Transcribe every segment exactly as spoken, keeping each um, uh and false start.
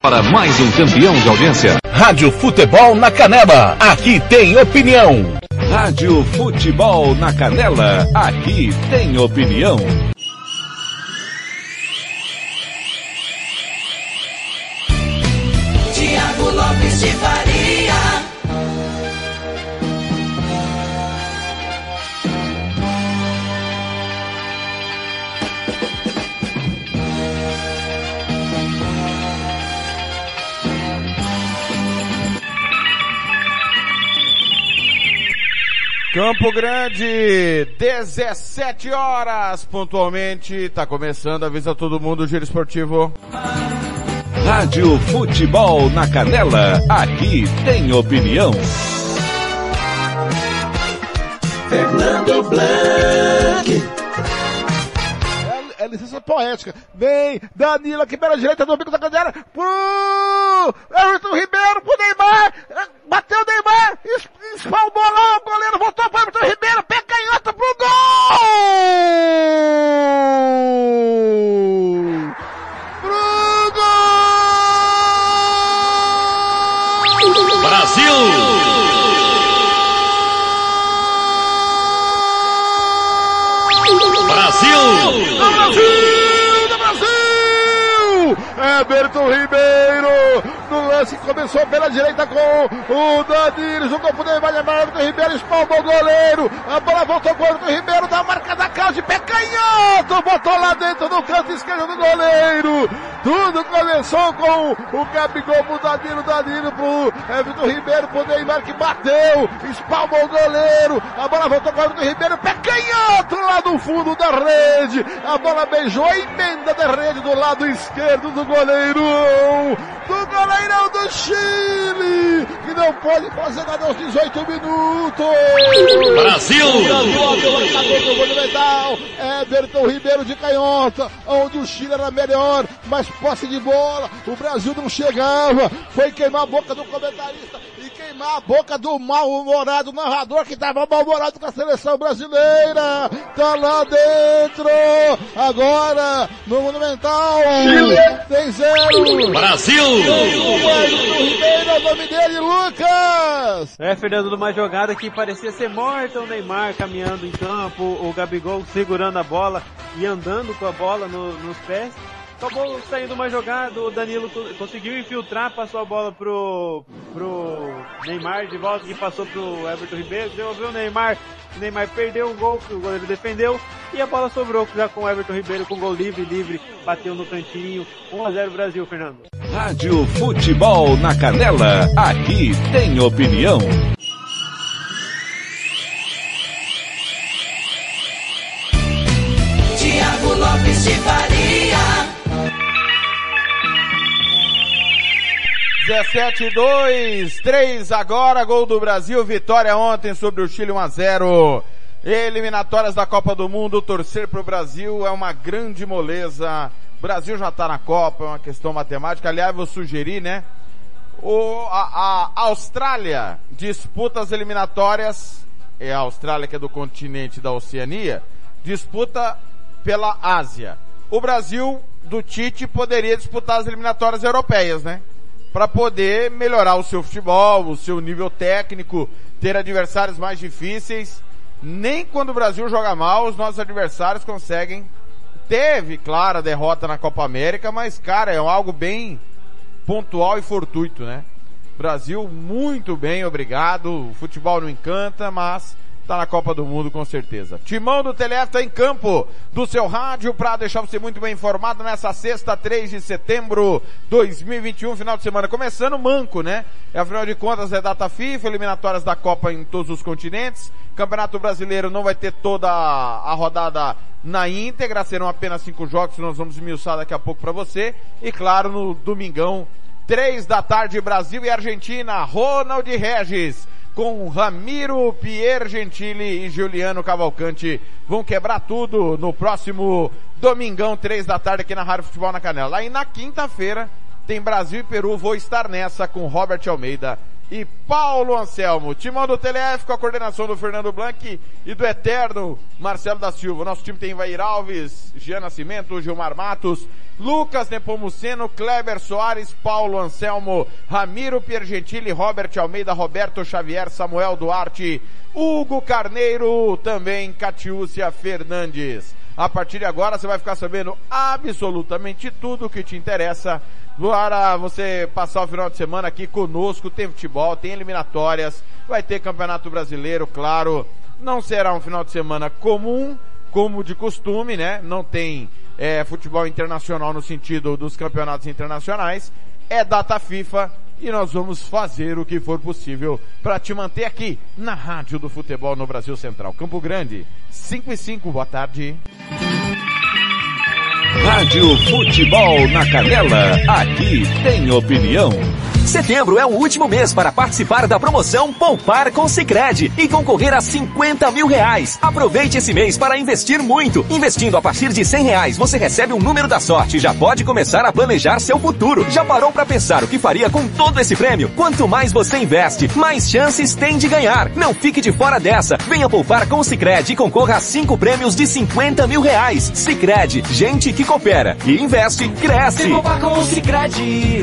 Para mais um campeão de audiência. Rádio Futebol na Canela, aqui tem opinião. Rádio Futebol na Canela, aqui tem opinião. Tiago Lopes de Faria. Campo Grande, dezessete horas, pontualmente, tá começando, avisa todo mundo, o Giro Esportivo. Rádio Futebol na Canela, aqui tem opinião. Fernando Blanc. É, é licença poética. Vem, Danilo aqui pela direita do bico da cadeira. Pro Everton Ribeiro, pro Neymar. Bateu o Neymar, espalmou lá, o goleiro voltou para o Everton Ribeiro, pé canhoto pro gol! Pro gol! Brasil! Brasil! Do Brasil! Do Brasil! Everton Ribeiro! No lance começou pela direita com o Danilo, jogou pro Neymar, Everton Ribeiro espalmou o goleiro, a bola voltou com o Everton Ribeiro da marca da casa de pé canhoto, botou lá dentro no canto esquerdo do goleiro. Tudo começou com o Gabigol pro Danilo, Danilo pro Everton Ribeiro, pro Neymar que bateu, espalmou o goleiro, a bola voltou com o Everton Ribeiro, pé canhoto lá no fundo da rede, a bola beijou a emenda da rede do lado esquerdo do goleiro, do goleirão do Chile, que não pode fazer nada aos dezoito minutos. Brasil! Everton Ribeiro de canhota, onde o Chile era melhor, mas posse de bola, o Brasil não chegava, foi queimar a boca do comentarista e queimar a boca do mal-humorado narrador que estava mal-humorado com a seleção brasileira. Tá lá dentro, agora no Monumental, Chile tem zero. Brasil! O Ribeiro é o nome dele, Lucas! É, Fernando, numa jogada que parecia ser morta, o Neymar caminhando em campo, o Gabigol segurando a bola e andando com a bola no, nos pés. Acabou saindo uma jogada, o Danilo conseguiu infiltrar, passou a bola pro, pro Neymar de volta, que passou pro Everton Ribeiro, devolveu o Neymar, o Neymar perdeu o gol, o goleiro defendeu, e a bola sobrou já com o Everton Ribeiro com gol livre, livre, bateu no cantinho, um a zero Brasil, Fernando. Rádio Futebol na Canela, aqui tem opinião. Tiago Lopes de Faria. dezessete a dois, três agora, gol do Brasil, vitória ontem sobre o Chile um a zero. Eliminatórias da Copa do Mundo, torcer pro Brasil é uma grande moleza. O Brasil já tá na Copa, é uma questão matemática. Aliás, vou sugerir, né? O, a, a Austrália disputa as eliminatórias, é a Austrália que é do continente da Oceania, disputa pela Ásia. O Brasil, do Tite, poderia disputar as eliminatórias europeias, né? Para poder melhorar o seu futebol, o seu nível técnico, ter adversários mais difíceis. Nem quando o Brasil joga mal, os nossos adversários conseguem. Teve, claro, a derrota na Copa América, mas, cara, é algo bem pontual e fortuito, né? Brasil muito bem, obrigado. O futebol não encanta, mas tá na Copa do Mundo com certeza. Timão do Telef tá em campo do seu rádio para deixar você muito bem informado nessa sexta, três de setembro de dois mil e vinte e um, final de semana começando manco, né? E afinal de contas é data FIFA, eliminatórias da Copa em todos os continentes. Campeonato Brasileiro não vai ter toda a rodada na íntegra, serão apenas cinco jogos, nós vamos esmiuçar daqui a pouco para você. E claro, no domingão, três da tarde, Brasil e Argentina, Ronald Regis com Ramiro Piergentili e Juliano Cavalcante vão quebrar tudo no próximo domingão, três da tarde, aqui na Rádio Futebol na Canela. Aí na quinta-feira tem Brasil e Peru, vou estar nessa com Robert Almeida e Paulo Anselmo. Timão do T L F com a coordenação do Fernando Blanc e do eterno Marcelo da Silva. Nosso time tem Vair Alves, Jean Nascimento, Gilmar Matos, Lucas Nepomuceno, Kleber Soares, Paulo Anselmo, Ramiro Piergentili, Robert Almeida, Roberto Xavier, Samuel Duarte, Hugo Carneiro, também Catiúcia Fernandes. A partir de agora você vai ficar sabendo absolutamente tudo o que te interessa para você passar o final de semana aqui conosco. Tem futebol, tem eliminatórias, vai ter Campeonato Brasileiro, claro. Não será um final de semana comum, como de costume, né? Não tem é, futebol internacional no sentido dos campeonatos internacionais. É data FIFA e nós vamos fazer o que for possível para te manter aqui na Rádio do Futebol no Brasil Central. Campo Grande, cinco e cinco, boa tarde. Rádio Futebol na Canela, aqui tem opinião. Setembro é o último mês para participar da promoção Poupar com Sicredi e concorrer a cinquenta mil reais. Aproveite esse mês para investir muito. Investindo a partir de cem reais, você recebe um número da sorte e já pode começar a planejar seu futuro. Já parou para pensar o que faria com todo esse prêmio? Quanto mais você investe, mais chances tem de ganhar. Não fique de fora dessa. Venha poupar com o Sicredi e concorra a cinco prêmios de cinquenta mil reais. Sicredi, gente que coopera e investe, cresce. Vem poupar com o Sicredi.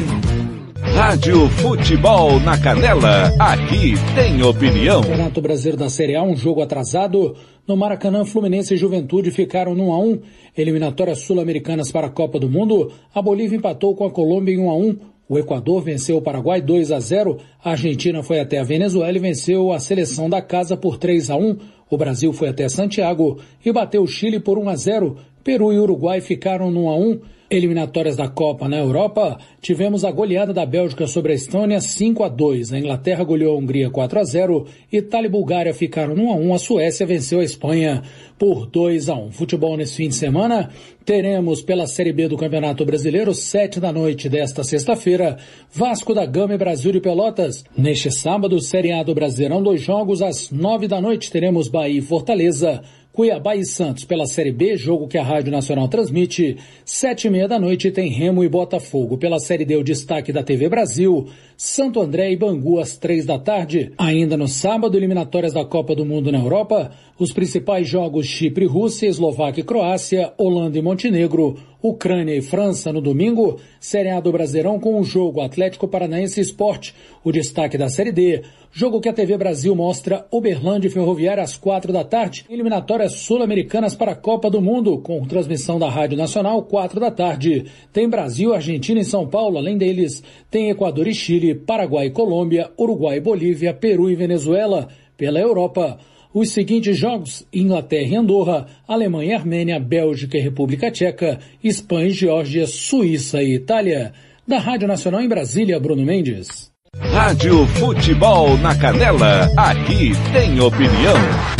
Rádio Futebol na Canela, aqui tem opinião. Campeonato Brasileiro da Série A, um jogo atrasado. No Maracanã, Fluminense e Juventude ficaram no um a um. Eliminatórias sul-americanas para a Copa do Mundo. A Bolívia empatou com a Colômbia em um a um. O Equador venceu o Paraguai dois a zero. A Argentina foi até a Venezuela e venceu a seleção da casa por três a um. O Brasil foi até Santiago e bateu o Chile por um a zero. Peru e Uruguai ficaram no um a um. Eliminatórias da Copa na Europa, tivemos a goleada da Bélgica sobre a Estônia cinco a dois, a Inglaterra goleou a Hungria quatro a zero, Itália e Bulgária ficaram no um a um, a Suécia venceu a Espanha por dois a um. Futebol nesse fim de semana, teremos pela Série B do Campeonato Brasileiro, sete da noite desta sexta-feira, Vasco da Gama e Brasil de Pelotas. Neste sábado, Série A do Brasileirão, dois jogos às nove da noite, teremos Bahia e Fortaleza, Cuiabá e Santos pela Série B, jogo que a Rádio Nacional transmite. Sete e meia da noite tem Remo e Botafogo. Pela Série D, o destaque da T V Brasil, Santo André e Bangu às três da tarde. Ainda no sábado, eliminatórias da Copa do Mundo na Europa, os principais jogos Chipre e Rússia, Eslováquia e Croácia, Holanda e Montenegro, Ucrânia e França no domingo. Série A do Brasileirão com o jogo Atlético Paranaense Sport. O destaque da Série D, jogo que a T V Brasil mostra Uberlândia e Ferroviária às quatro da tarde. Eliminatórias sul-americanas para a Copa do Mundo, com transmissão da Rádio Nacional, quatro da tarde. Tem Brasil, Argentina e São Paulo, além deles tem Equador e Chile, Paraguai e Colômbia, Uruguai e Bolívia, Peru e Venezuela. Pela Europa, os seguintes jogos: Inglaterra e Andorra, Alemanha e Armênia, Bélgica e República Tcheca, Espanha e Geórgia, Suíça e Itália. Da Rádio Nacional em Brasília, Bruno Mendes. Rádio Futebol na Canela, aqui tem opinião.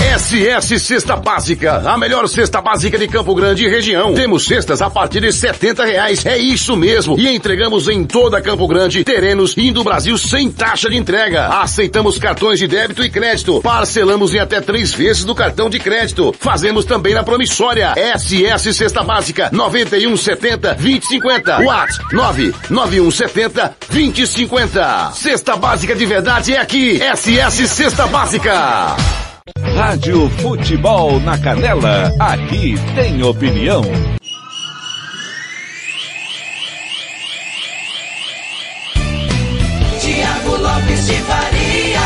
S S Cesta Básica, a melhor cesta básica de Campo Grande e região. Temos cestas a partir de setenta reais, é isso mesmo. E entregamos em toda Campo Grande, terrenos e do Brasil sem taxa de entrega. Aceitamos cartões de débito e crédito. Parcelamos em até três vezes do cartão de crédito. Fazemos também na promissória. S S Cesta Básica, nove um sete zero, dois zero cinco zero. WhatsApp, nove nove um sete zero, dois zero cinco zero. Cesta Básica de verdade é aqui. S S Cesta Básica. Rádio Futebol na Canela, aqui tem opinião. Tiago Lopes de Faria.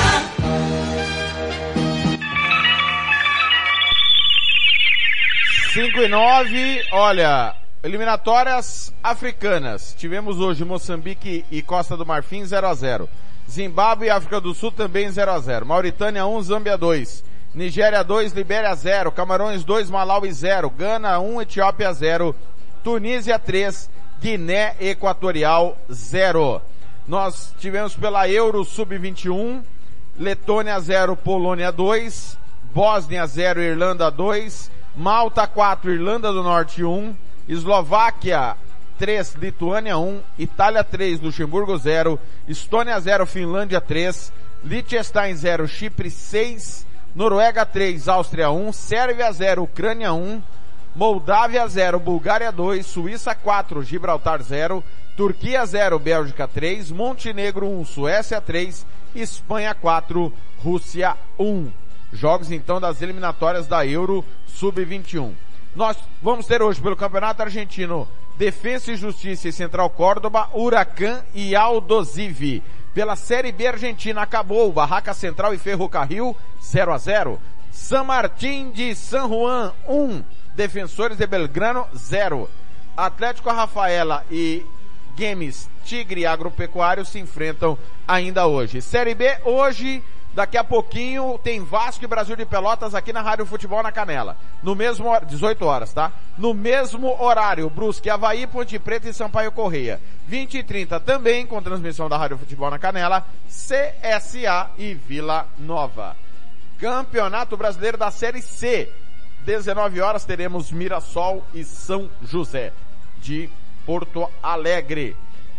cinco e nove, olha, eliminatórias africanas. Tivemos hoje Moçambique e Costa do Marfim zero a zero. Zimbábue e África do Sul também zero a zero. Mauritânia um, Zâmbia dois. Nigéria dois, Libéria zero. Camarões dois, Malawi zero. Gana um, Etiópia zero. Tunísia três, Guiné Equatorial zero. Nós tivemos pela Euro sub vinte e um, Letônia zero, Polônia dois. Bósnia zero, Irlanda dois. Malta quatro, Irlanda do Norte um. Eslováquia três, Lituânia um, Itália três, Luxemburgo zero, Estônia zero, Finlândia três, Liechtenstein zero, Chipre seis, Noruega três, Áustria um, Sérvia zero, Ucrânia um, Moldávia zero, Bulgária dois, Suíça quatro, Gibraltar zero, Turquia zero, Bélgica três, Montenegro um, Suécia três, Espanha quatro, Rússia um. Jogos então das eliminatórias da Euro sub vinte e um. Nós vamos ter hoje pelo Campeonato Argentino Defensa e Justiça e Central Córdoba, Huracan e Aldosivi. Pela Série B Argentina acabou, Barraca Central e Ferrocarril zero a zero. San Martín de San Juan um, Defensores de Belgrano zero. Atlético Rafaela e Games Tigre Agropecuário se enfrentam ainda hoje. Série B hoje, daqui a pouquinho, tem Vasco e Brasil de Pelotas aqui na Rádio Futebol na Canela. No mesmo, dezoito horas, tá? No mesmo horário, Brusque, Avaí, Ponte Preta e Sampaio Correia. vinte e trinta também, com transmissão da Rádio Futebol na Canela, C S A e Vila Nova. Campeonato Brasileiro da Série C. dezenove horas teremos Mirassol e São José de Porto Alegre.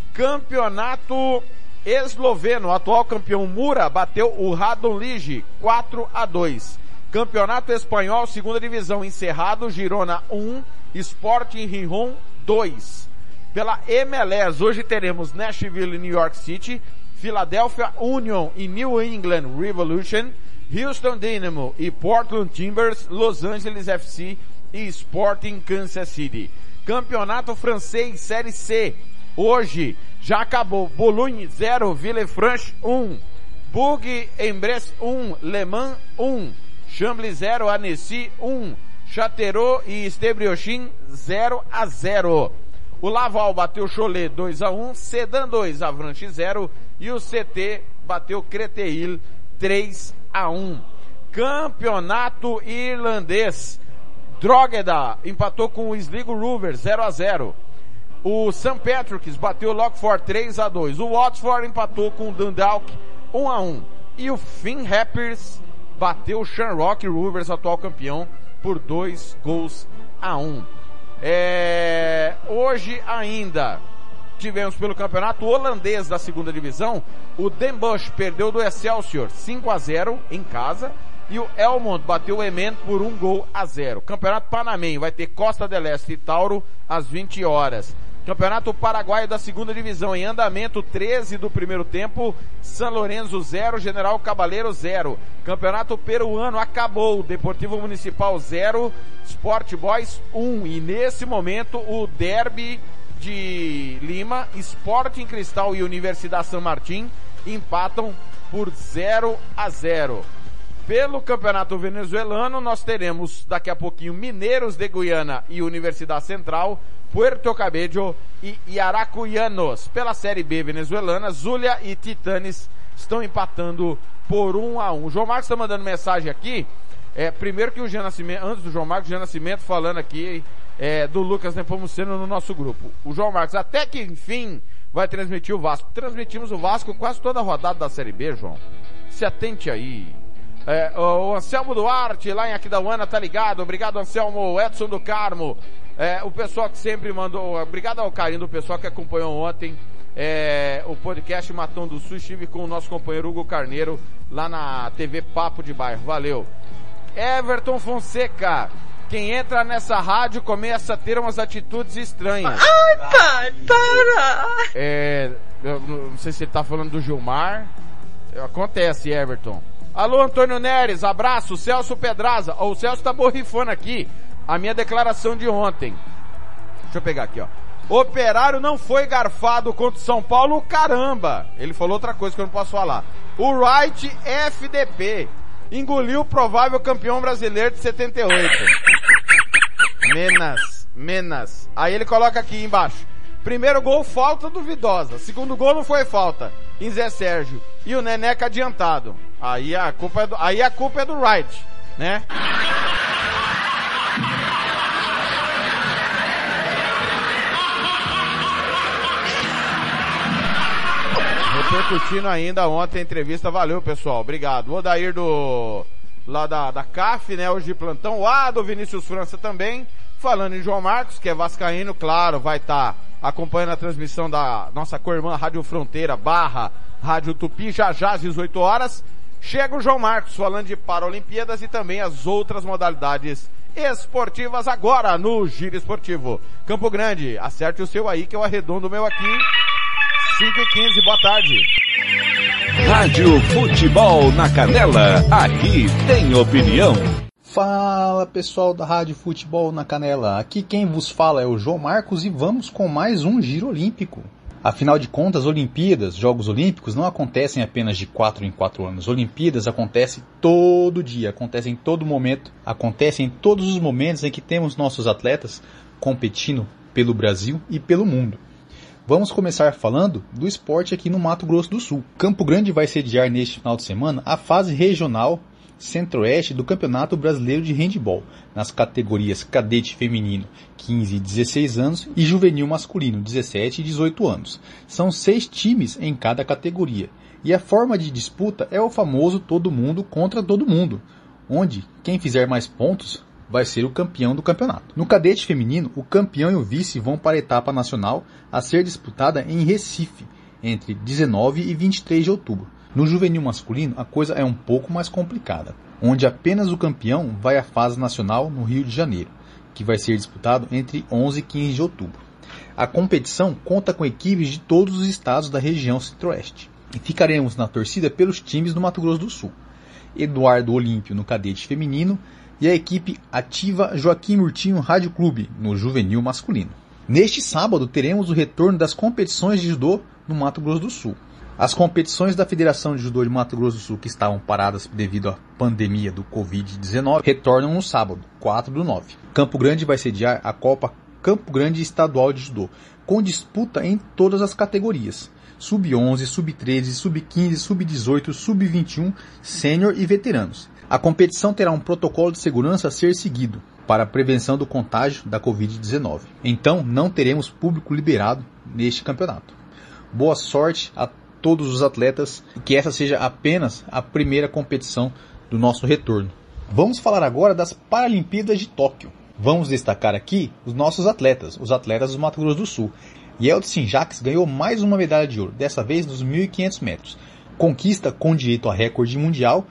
Campeonato esloveno, o atual campeão Mura bateu o Radonjić quatro a dois. Campeonato espanhol, segunda divisão, encerrado, Girona um, Sporting Gijón dois. Pela M L S, hoje teremos Nashville e New York City, Philadelphia Union e New England Revolution, Houston Dynamo e Portland Timbers, Los Angeles F C e Sporting Kansas City. Campeonato francês, Série C. Hoje já acabou. Boulogne zero, Villefranche um, Bourg-en-Bresse um, Le Mans um, Chambly zero, Annecy um, Châteauroux e Stade zero a zero. O Laval bateu Cholet dois a um, Sedan dois, Avranches zero e o C T bateu Créteil três a um. Campeonato irlandês, Drogheda empatou com o Sligo Rovers zero a zero. O Saint Patrick's bateu o Lockford três a dois. O Watford empatou com o Dundalk um a um. E o Finn Happers bateu o Shamrock Rovers, atual campeão, por dois gols a um. É... Hoje ainda tivemos pelo campeonato holandês da segunda divisão, o Den Bosch perdeu do Excelsior cinco a zero em casa. E o Helmond bateu o Emmen por um gol a zero. Campeonato Panamenho vai ter Costa del Este e Tauro às vinte horas. Campeonato Paraguaio da segunda divisão em andamento, treze do primeiro tempo, São Lourenço zero, General Cabaleiro zero. Campeonato Peruano acabou, Deportivo Municipal zero, Sport Boys um. E nesse momento o derby de Lima, Sporting Cristal e Universidade San Martín empatam por zero a zero. Pelo campeonato venezuelano, nós teremos daqui a pouquinho Mineiros de Guiana e Universidade Central, Puerto Cabello e Yaracuyanos. Pela Série B venezuelana, Zulia e Titanes estão empatando por um a um. O João Marcos está mandando mensagem aqui, é, primeiro que o Jean Nascimento, antes do João Marcos, o Jean Nascimento falando aqui é, do Lucas Nepomuceno no nosso grupo. O João Marcos, até que enfim, vai transmitir o Vasco. Transmitimos o Vasco quase toda a rodada da Série B, João. Se atente aí. É, o Anselmo Duarte, lá em Aquidauana, tá ligado. Obrigado, Anselmo. Edson do Carmo. É, o pessoal que sempre mandou, obrigado ao carinho do pessoal que acompanhou ontem é, o podcast Matão do Sul. Estive com o nosso companheiro Hugo Carneiro lá na T V Papo de Bairro. Valeu. Everton Fonseca. Quem entra nessa rádio começa a ter umas atitudes estranhas. Ai, pai, para! É, eu não sei se ele tá falando do Gilmar. Acontece, Everton. Alô, Antônio Neres, abraço. Celso Pedraza. Oh, o Celso tá borrifando aqui a minha declaração de ontem. Deixa eu pegar aqui, ó. Operário não foi garfado contra o São Paulo, caramba. Ele falou outra coisa que eu não posso falar. O Wright F D P engoliu o provável campeão brasileiro de setenta e oito. Menas, menas. Aí ele coloca aqui embaixo. Primeiro gol, falta duvidosa. Segundo gol não foi falta em Zé Sérgio. E o Neneca adiantado. Aí a culpa é do, aí a culpa é do Wright, né? Repercutindo ainda ontem a entrevista, valeu pessoal, obrigado. O Odair do, lá da, da C A F, né, hoje de plantão, lá do Vinícius França também, falando em João Marcos, que é vascaíno, claro, vai estar tá acompanhando a transmissão da nossa co-irmã Rádio Fronteira, barra Rádio Tupi, já já às dezoito horas, chega o João Marcos falando de Paralimpíadas e também as outras modalidades esportivas agora no Giro Esportivo. Campo Grande, acerte o seu aí que eu arredondo o meu aqui. cinco e quinze, boa tarde. Rádio Futebol na Canela, aqui tem opinião. Fala pessoal da Rádio Futebol na Canela, aqui quem vos fala é o João Marcos e vamos com mais um Giro Olímpico. Afinal de contas, Olimpíadas, Jogos Olímpicos não acontecem apenas de quatro em quatro anos. Olimpíadas acontecem todo dia, acontecem em todo momento, acontecem em todos os momentos em que temos nossos atletas competindo pelo Brasil e pelo mundo. Vamos começar falando do esporte aqui no Mato Grosso do Sul. Campo Grande vai sediar neste final de semana a fase regional Centro-Oeste do Campeonato Brasileiro de Handebol, nas categorias cadete feminino quinze e dezesseis anos e juvenil masculino dezessete e dezoito anos. São seis times em cada categoria e a forma de disputa é o famoso todo mundo contra todo mundo, onde quem fizer mais pontos vai ser o campeão do campeonato. No cadete feminino, o campeão e o vice vão para a etapa nacional a ser disputada em Recife, entre dezenove e vinte e três de outubro. No juvenil masculino, a coisa é um pouco mais complicada, onde apenas o campeão vai à fase nacional no Rio de Janeiro, que vai ser disputado entre onze e quinze de outubro. A competição conta com equipes de todos os estados da região Centro-Oeste. E ficaremos na torcida pelos times do Mato Grosso do Sul. Eduardo Olímpio no cadete feminino e a equipe Ativa Joaquim Murtinho Rádio Clube no juvenil masculino. Neste sábado teremos o retorno das competições de judô no Mato Grosso do Sul. As competições da Federação de Judô de Mato Grosso do Sul, que estavam paradas devido à pandemia do covid dezenove, retornam no sábado, quatro do nove. Campo Grande vai sediar a Copa Campo Grande Estadual de Judô, com disputa em todas as categorias: sub onze, sub treze, sub quinze, sub dezoito, sub vinte e um, sênior e veteranos. A competição terá um protocolo de segurança a ser seguido para a prevenção do contágio da covid dezenove. Então, não teremos público liberado neste campeonato. Boa sorte a todos os atletas e que essa seja apenas a primeira competição do nosso retorno. Vamos falar agora das Paralimpíadas de Tóquio. Vamos destacar aqui os nossos atletas, os atletas do Mato Grosso do Sul. Yeldsin Jacques ganhou mais uma medalha de ouro, dessa vez nos mil e quinhentos metros. Conquista com direito a recorde mundial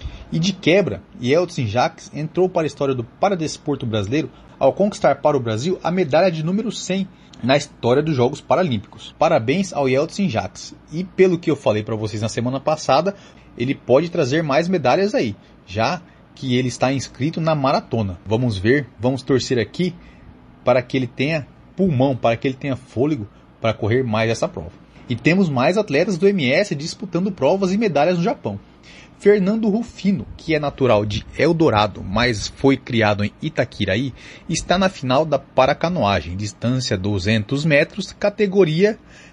e de quebra, Yeldsin Jacques entrou para a história do paradesporto brasileiro ao conquistar para o Brasil a medalha de número cem na história dos Jogos Paralímpicos. Parabéns ao Yeldsin Jacques. E pelo que eu falei para vocês na semana passada, ele pode trazer mais medalhas aí, já que ele está inscrito na maratona. Vamos ver, vamos torcer aqui para que ele tenha pulmão, para que ele tenha fôlego para correr mais essa prova. E temos mais atletas do M S disputando provas e medalhas no Japão. Fernando Rufino, que é natural de Eldorado, mas foi criado em Itaquiraí, está na final da paracanoagem, distância duzentos metros, categoria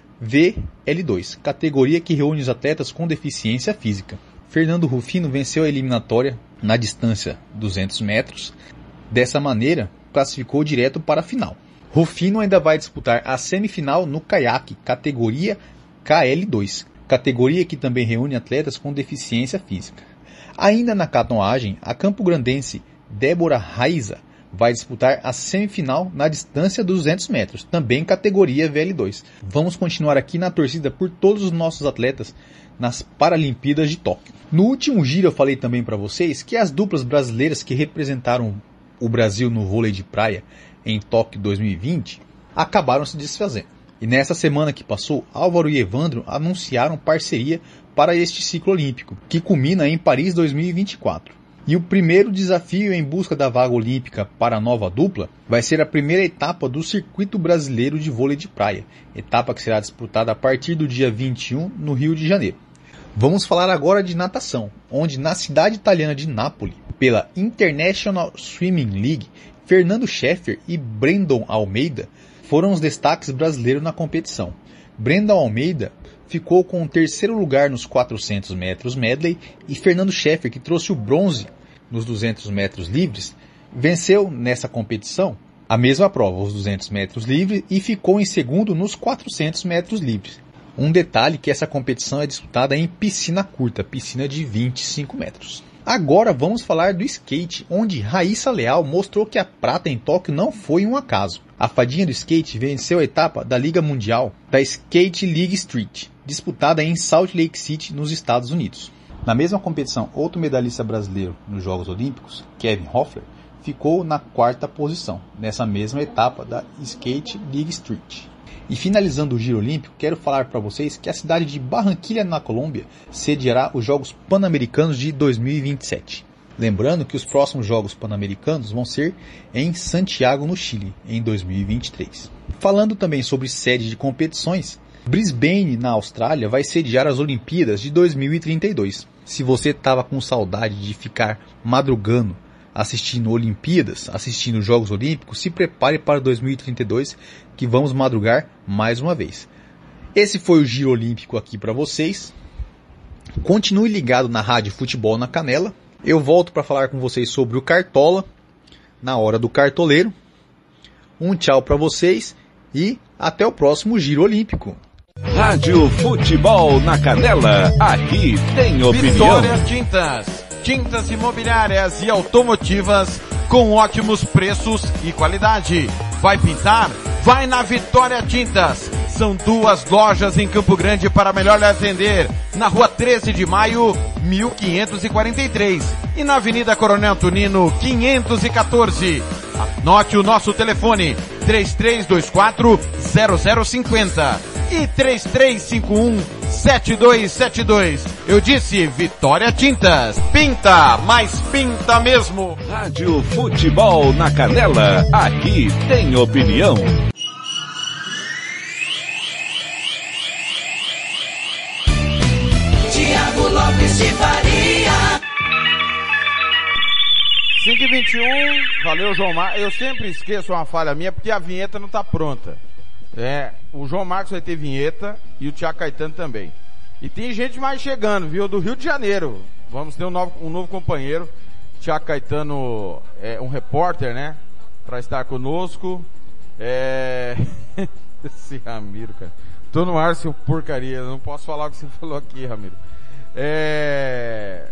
V L dois, categoria que reúne os atletas com deficiência física. Fernando Rufino venceu a eliminatória na distância duzentos metros, dessa maneira classificou direto para a final. Rufino ainda vai disputar a semifinal no caiaque, categoria K L dois. Categoria que também reúne atletas com deficiência física. Ainda na canoagem, a campograndense Débora Raiza vai disputar a semifinal na distância dos duzentos metros, também categoria V L dois. Vamos continuar aqui na torcida por todos os nossos atletas nas Paralimpíadas de Tóquio. No último giro eu falei também para vocês que as duplas brasileiras que representaram o Brasil no vôlei de praia em Tóquio dois mil e vinte acabaram se desfazendo. E nessa semana que passou, Álvaro e Evandro anunciaram parceria para este ciclo olímpico, que culmina em Paris dois mil e vinte e quatro. E o primeiro desafio em busca da vaga olímpica para a nova dupla vai ser a primeira etapa do Circuito Brasileiro de Vôlei de Praia, etapa que será disputada a partir do dia vinte e um no Rio de Janeiro. Vamos falar agora de natação, onde na cidade italiana de Nápoles, pela International Swimming League, Fernando Scheffer e Brendon Almeida foram os destaques brasileiros na competição. Brendon Almeida ficou com o terceiro lugar nos quatrocentos metros medley e Fernando Scheffer, que trouxe o bronze nos duzentos metros livres, venceu nessa competição a mesma prova, os duzentos metros livres, e ficou em segundo nos quatrocentos metros livres. Um detalhe que essa competição é disputada em piscina curta, piscina de vinte e cinco metros. Agora vamos falar do skate, onde Raíssa Leal mostrou que a prata em Tóquio não foi um acaso. A fadinha do skate venceu a etapa da Liga Mundial da Skate League Street, disputada em Salt Lake City, nos Estados Unidos. Na mesma competição, outro medalhista brasileiro nos Jogos Olímpicos, Kevin Hoffler, ficou na quarta posição, nessa mesma etapa da Skate League Street. E finalizando o Giro Olímpico, quero falar para vocês que a cidade de Barranquilla, na Colômbia, sediará os Jogos Pan-Americanos de dois mil e vinte e sete. Lembrando que os próximos Jogos Pan-Americanos vão ser em Santiago, no Chile, em dois mil e vinte e três. Falando também sobre sede de competições, Brisbane, na Austrália, vai sediar as Olimpíadas de dois mil e trinta e dois. Se você estava com saudade de ficar madrugando assistindo Olimpíadas, assistindo Jogos Olímpicos, se prepare para dois mil e trinta e dois, que vamos madrugar mais uma vez. Esse foi o Giro Olímpico aqui para vocês. Continue ligado na Rádio Futebol na Canela. Eu volto para falar com vocês sobre o Cartola, na hora do cartoleiro. Um tchau para vocês e até o próximo Giro Olímpico. Rádio Futebol na Canela, aqui tem opinião. Vitória Tintas, tintas imobiliárias e automotivas com ótimos preços e qualidade. Vai pintar? Vai na Vitória Tintas. São duas lojas em Campo Grande para melhor lhe atender. Na rua treze de maio, mil quinhentos e quarenta e três. E na Avenida Coronel Antonino, quinhentos e quatorze. Anote o nosso telefone, três três dois quatro zero zero cinco zero e três três cinco um sete dois sete dois. Eu disse Vitória Tintas. Pinta, mas pinta mesmo. Rádio Futebol na Canela, aqui tem opinião. Thiago Lopes de Faria. cinco e vinte e um, valeu João Marcos. Eu sempre esqueço uma falha minha porque a vinheta não tá pronta. É, o João Marcos vai ter vinheta e o Thiago Caetano também. E tem gente mais chegando, viu? Do Rio de Janeiro. Vamos ter um novo, um novo companheiro. Thiago Caetano é um repórter, né? Pra estar conosco. É... Esse Ramiro, cara. Tô no ar, seu porcaria. Não posso falar o que você falou aqui, Ramiro. É...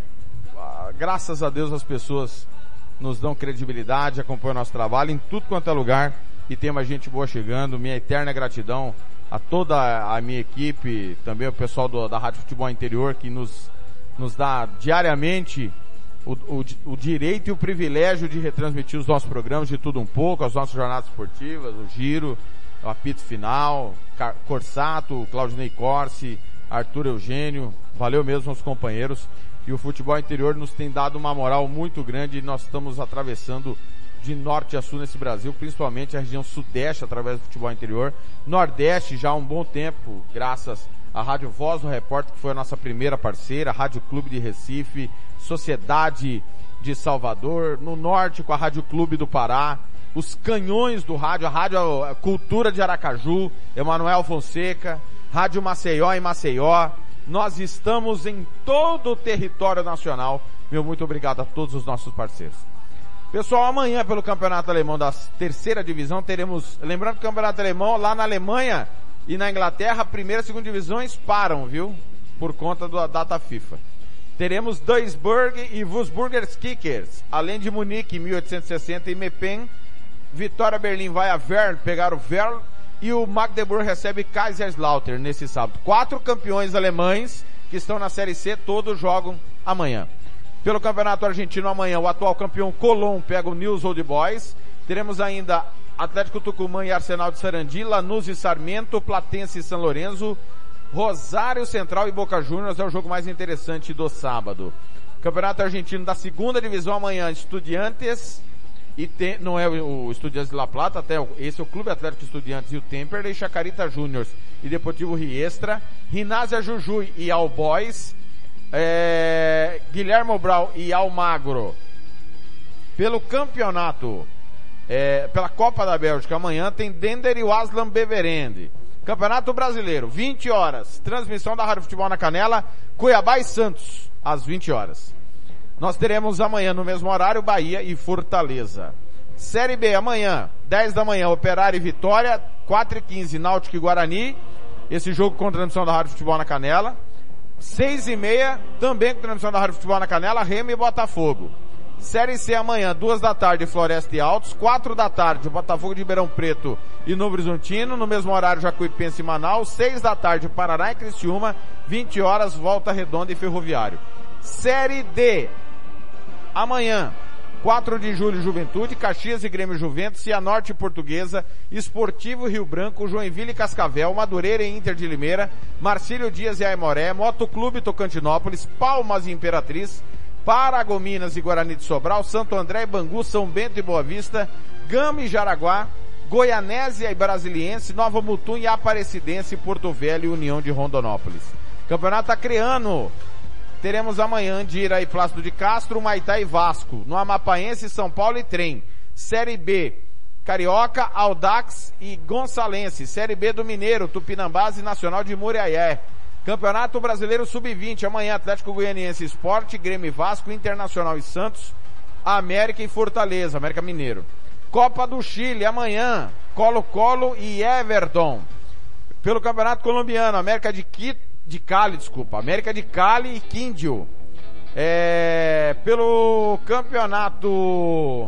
Graças a Deus as pessoas nos dão credibilidade, acompanham o nosso trabalho em tudo quanto é lugar. E tem mais gente boa chegando. Minha eterna gratidão a toda a minha equipe, também o pessoal do, da Rádio Futebol Interior, que nos, nos dá diariamente o, o, o direito e o privilégio de retransmitir os nossos programas de tudo um pouco, as nossas jornadas esportivas, o Giro, o apito final, Car- Corsato, Claudinei Corsi, Arthur Eugênio, valeu mesmo aos companheiros. E o Futebol Interior nos tem dado uma moral muito grande e nós estamos atravessando de norte a sul nesse Brasil, principalmente a região sudeste através do Futebol Interior, nordeste já há um bom tempo, graças à Rádio Voz do Repórter, que foi a nossa primeira parceira, Rádio Clube de Recife, Sociedade de Salvador, no norte com a Rádio Clube do Pará, os canhões do rádio, a Rádio Cultura de Aracaju, Emanuel Fonseca, Rádio Maceió em Maceió. Nós estamos em todo o território nacional. Meu muito obrigado a todos os nossos parceiros. Pessoal, amanhã pelo Campeonato Alemão da terceira divisão teremos, lembrando que o Campeonato Alemão lá na Alemanha e na Inglaterra, a primeira e segunda divisões param, viu? Por conta da data FIFA. Teremos Duisburg e Wolfsburger Kickers, além de Munique mil oitocentos e sessenta e Meppen. Vitória Berlim vai a Werl pegar o Werl e o Magdeburg recebe Kaiserslautern nesse sábado. Quatro campeões alemães que estão na Série C, todos jogam amanhã. Pelo Campeonato Argentino amanhã, o atual campeão Colón pega o News Old Boys. Teremos ainda Atlético Tucumã e Arsenal de Sarandi, Lanús e Sarmiento, Platense e São Lourenço, Rosário Central e Boca Juniors é o jogo mais interessante do sábado. Campeonato Argentino da segunda divisão amanhã, Estudiantes, e tem, não é o Estudiantes de La Plata, até esse é o Clube Atlético Estudiantes e o Temperley, Chacarita Juniors e Deportivo Riestra, Rinásia Jujuy e All Boys, É, Guilherme Brau e Almagro. Pelo campeonato, é, pela Copa da Bélgica, amanhã tem Dender e Waslan Beverende. Campeonato Brasileiro, vinte horas, transmissão da Rádio Futebol na Canela, Cuiabá e Santos, às vinte horas. Nós teremos amanhã no mesmo horário Bahia e Fortaleza. Série B amanhã, dez da manhã, Operário e Vitória, quatro e quinze Náutico e Guarani, esse jogo com transmissão da Rádio Futebol na Canela. Seis e meia, também com transmissão da Rádio Futebol na Canela, Remo e Botafogo. Série C amanhã, duas da tarde, Floresta e Altos, quatro da tarde, Botafogo de Ribeirão Preto e Novo Horizontino, no mesmo horário, Jacuipense e Manaus, seis da tarde, Paraná e Criciúma, vinte horas, Volta Redonda e Ferroviário. Série D, amanhã, quatro de julho, Juventude, Caxias e Grêmio Juventus, Cianorte e Portuguesa, Esportivo Rio Branco, Joinville e Cascavel, Madureira e Inter de Limeira, Marcílio Dias e Aimoré, Motoclube Tocantinópolis, Palmas e Imperatriz, Paragominas e Guarani de Sobral, Santo André e Bangu, São Bento e Boa Vista, Gama e Jaraguá, Goianésia e Brasiliense, Nova Mutum e Aparecidense, Porto Velho e União de Rondonópolis. Campeonato Acreano. Teremos amanhã Dira e Plácido de Castro, Maitá e Vasco. No Amapaense, São Paulo e Trem. Série B, Carioca, Audax e Gonçalense. Série B do Mineiro, Tupinambás e Nacional de Muriaé. Campeonato Brasileiro sub vinte, amanhã Atlético Goianiense Sport, Grêmio e Vasco, Internacional e Santos, América e Fortaleza, América Mineiro. Copa do Chile, amanhã, Colo-Colo e Everton. Pelo Campeonato Colombiano, América de Quito, de Cali, desculpa, América de Cali e Quindio. É, pelo campeonato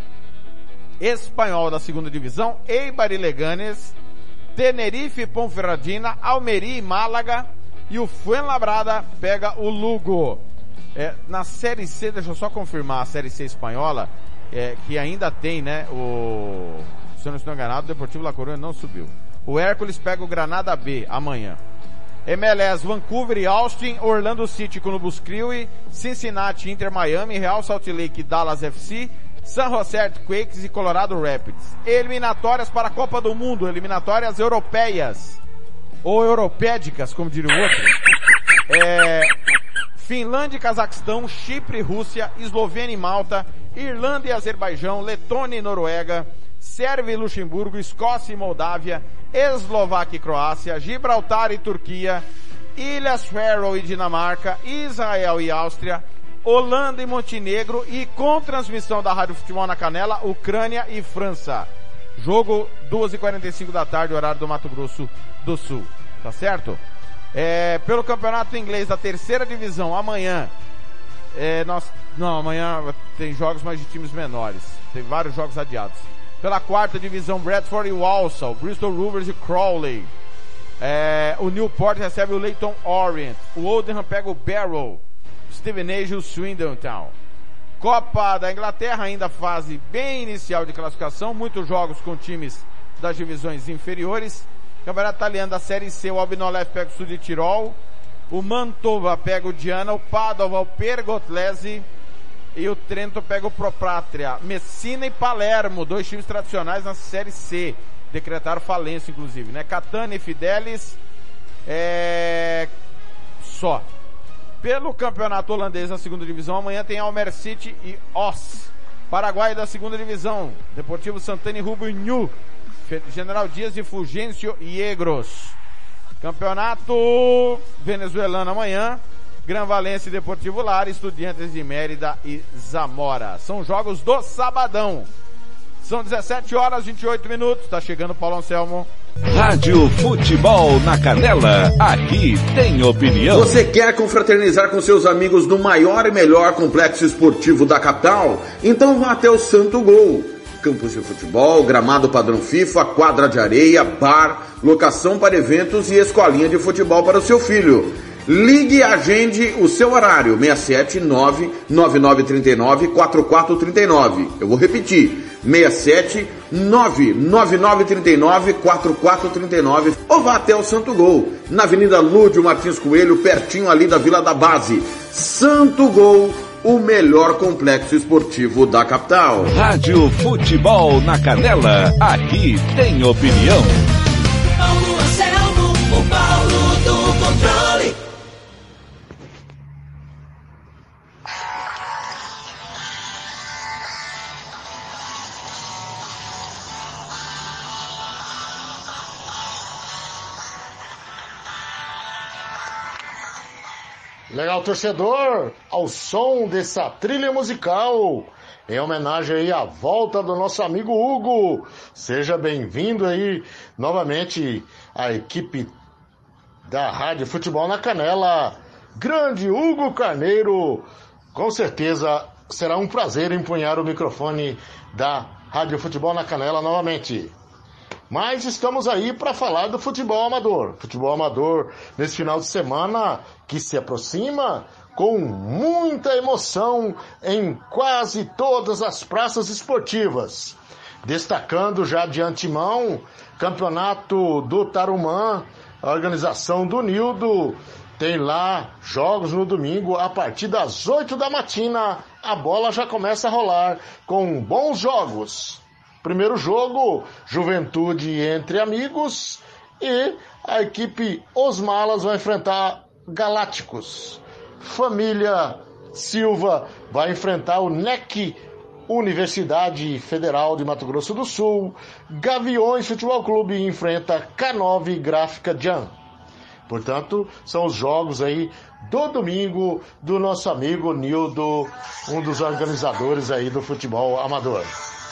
espanhol da segunda divisão, Eibar e Leganes, Tenerife e Ponferradina, Almeria e Málaga, e o Fuenlabrada pega o Lugo. É, na Série C, deixa eu só confirmar a Série C espanhola, é, que ainda tem, né, o, se eu não estou enganado, o Deportivo La Coruña não subiu. O Hércules pega o Granada B amanhã. M L S, Vancouver e Austin, Orlando City, Columbus Crew, Cincinnati, Inter Miami, Real Salt Lake, Dallas F C, San Jose Earthquakes e Colorado Rapids. Eliminatórias para a Copa do Mundo, eliminatórias europeias, ou europédicas, como diria o outro. É, Finlândia e Cazaquistão, Chipre e Rússia, Eslovênia e Malta, Irlanda e Azerbaijão, Letônia e Noruega, Sérvia e Luxemburgo, Escócia e Moldávia, Eslováquia e Croácia, Gibraltar e Turquia, Ilhas Faroe e Dinamarca, Israel e Áustria, Holanda e Montenegro, e com transmissão da Rádio Futebol na Canela, Ucrânia e França. Jogo duas e quarenta e cinco da tarde, horário do Mato Grosso do Sul. Tá certo? É, pelo Campeonato Inglês da terceira divisão, amanhã, é, nós, não, amanhã tem jogos mais de times menores. Tem vários jogos adiados. Pela quarta divisão, Bradford e Walsall, Bristol Rovers e Crawley. É, o Newport recebe o Leyton Orient. O Oldham pega o Barrow. Stevenage e o Swindon Town. Copa da Inglaterra, ainda fase bem inicial de classificação. Muitos jogos com times das divisões inferiores. Campeonato Italiano da Série C, o Albinolef pega o Sul de Tirol. O Mantova pega o Diana. O Padova, o Pergotlese. E o Trento pega o Propátria. Messina e Palermo, dois times tradicionais na Série C. Decretaram falência, inclusive, né? Catania e Fidelis. É... Só. Pelo campeonato holandês na segunda divisão, amanhã tem Almer City e Os. Paraguai da segunda divisão, Deportivo Santana e Rubio Ñu. General Dias e Fulgêncio Yegros. Campeonato venezuelano amanhã, Gran Valência e Deportivo Lara, Estudiantes de Mérida e Zamora. São jogos do sabadão. São dezessete horas e vinte e oito minutos. Tá chegando o Paulo Anselmo. Rádio Futebol na Canela. Aqui tem opinião. Você quer confraternizar com seus amigos no maior e melhor complexo esportivo da capital? Então vá até o Santo Gol. Campos de futebol, gramado padrão FIFA, quadra de areia, bar, locação para eventos e escolinha de futebol para o seu filho. Ligue e agende o seu horário, seis sete nove nove nove três nove quatro quatro três nove. Eu vou repetir, seis sete nove nove nove três nove quatro quatro três nove. Ou vá até o Santo Gol, na Avenida Lúdio Martins Coelho, pertinho ali da Vila da Base. Santo Gol, o melhor complexo esportivo da capital. Rádio Futebol na Canela, aqui tem opinião. Paulo Anselmo, o Paulo do controle. Legal, torcedor, ao som dessa trilha musical, em homenagem aí à volta do nosso amigo Hugo. Seja bem-vindo aí novamente à equipe da Rádio Futebol na Canela. Grande Hugo Carneiro, com certeza será um prazer empunhar o microfone da Rádio Futebol na Canela novamente. Mas estamos aí para falar do futebol amador. Futebol amador nesse final de semana que se aproxima com muita emoção em quase todas as praças esportivas. Destacando já de antemão, campeonato do Tarumã, a organização do Nildo, tem lá jogos no domingo a partir das oito da matina, a bola já começa a rolar com bons jogos. Primeiro jogo, Juventude entre amigos, e a equipe Os Malas vai enfrentar Galácticos. Família Silva vai enfrentar o N E C, Universidade Federal de Mato Grosso do Sul. Gaviões Futebol Clube enfrenta K nove Gráfica Jan. Portanto, são os jogos aí do domingo do nosso amigo Nildo, um dos organizadores aí do futebol amador.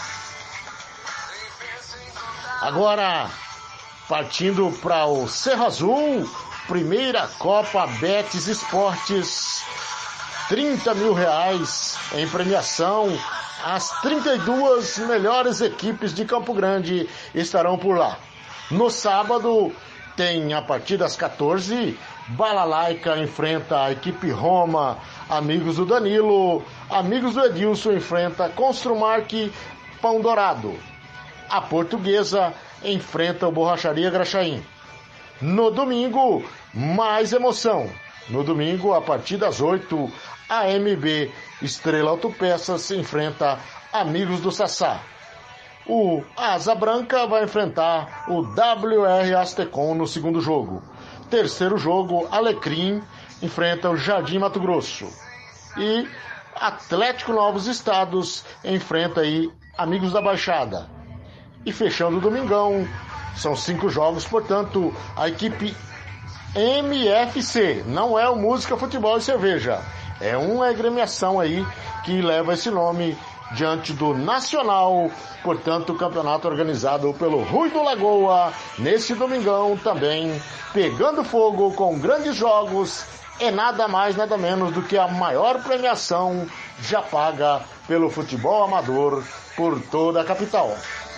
Agora, partindo para o Cerro Azul, primeira Copa Betis Esportes, trinta mil reais em premiação. As trinta e duas melhores equipes de Campo Grande estarão por lá. No sábado, tem a partir das quatorze, Balalaica enfrenta a equipe Roma, Amigos do Danilo, Amigos do Edilson enfrenta Construmarque Pão Dourado. A Portuguesa enfrenta o Borracharia Graxaim. No domingo, mais emoção. No domingo, a partir das oito, a M B Estrela Autopeças enfrenta Amigos do Sassá. O Asa Branca vai enfrentar o W R Astecom no segundo jogo. Terceiro jogo, Alecrim enfrenta o Jardim Mato Grosso. E Atlético Novos Estados enfrenta aí Amigos da Baixada. E fechando o domingão, são cinco jogos, portanto, a equipe M F C, não é o Música, Futebol e Cerveja, é uma agremiação aí que leva esse nome diante do Nacional, portanto, o campeonato organizado pelo Rui do Lagoa, nesse domingão também, pegando fogo com grandes jogos, é nada mais, nada menos do que a maior premiação já paga pelo futebol amador por toda a capital.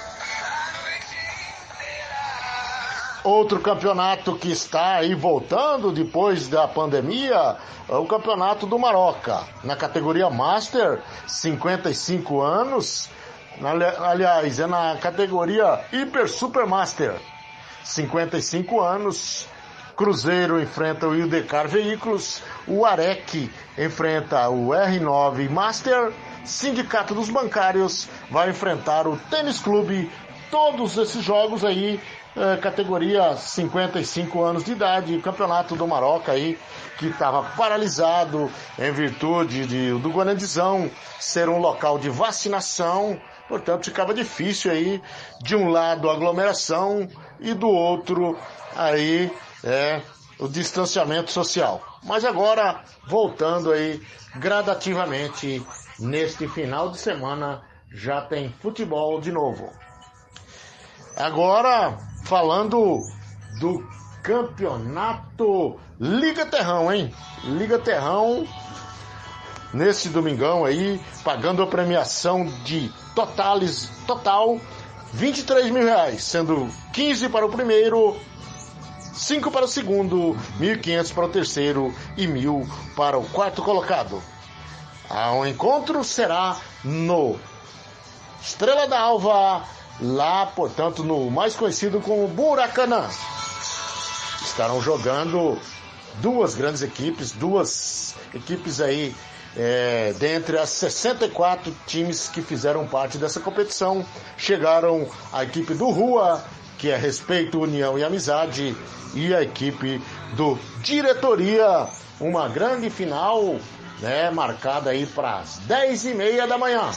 Outro campeonato que está aí voltando depois da pandemia é o campeonato do Maroca, na categoria Master, cinquenta e cinco anos, aliás, é na categoria Hiper Super Master, cinquenta e cinco anos, Cruzeiro enfrenta o Ildecar Veículos, o Arec enfrenta o R nove Master, Sindicato dos Bancários vai enfrentar o Tênis Clube. Todos esses jogos aí, é, categoria cinquenta e cinco anos de idade, campeonato do Maroca aí, que estava paralisado em virtude de, do Guanandizão ser um local de vacinação, portanto ficava difícil aí, de um lado a aglomeração e do outro aí é, o distanciamento social. Mas agora, voltando aí gradativamente, neste final de semana, já tem futebol de novo. Agora, falando do campeonato Liga Terrão, hein? Liga Terrão, nesse domingão aí, pagando a premiação de totales, total vinte e três mil reais, sendo quinze para o primeiro, cinco para o segundo, mil e quinhentos para o terceiro e mil para o quarto colocado. O encontro será no Estrela da Alva, lá, portanto, no mais conhecido como Buracanã. Estarão jogando duas grandes equipes, duas equipes aí, é, dentre as sessenta e quatro times que fizeram parte dessa competição, chegaram a equipe do Rua, que é Respeito, União e Amizade, e a equipe do Diretoria, uma grande final, né, marcada aí para as dez e meia da manhã.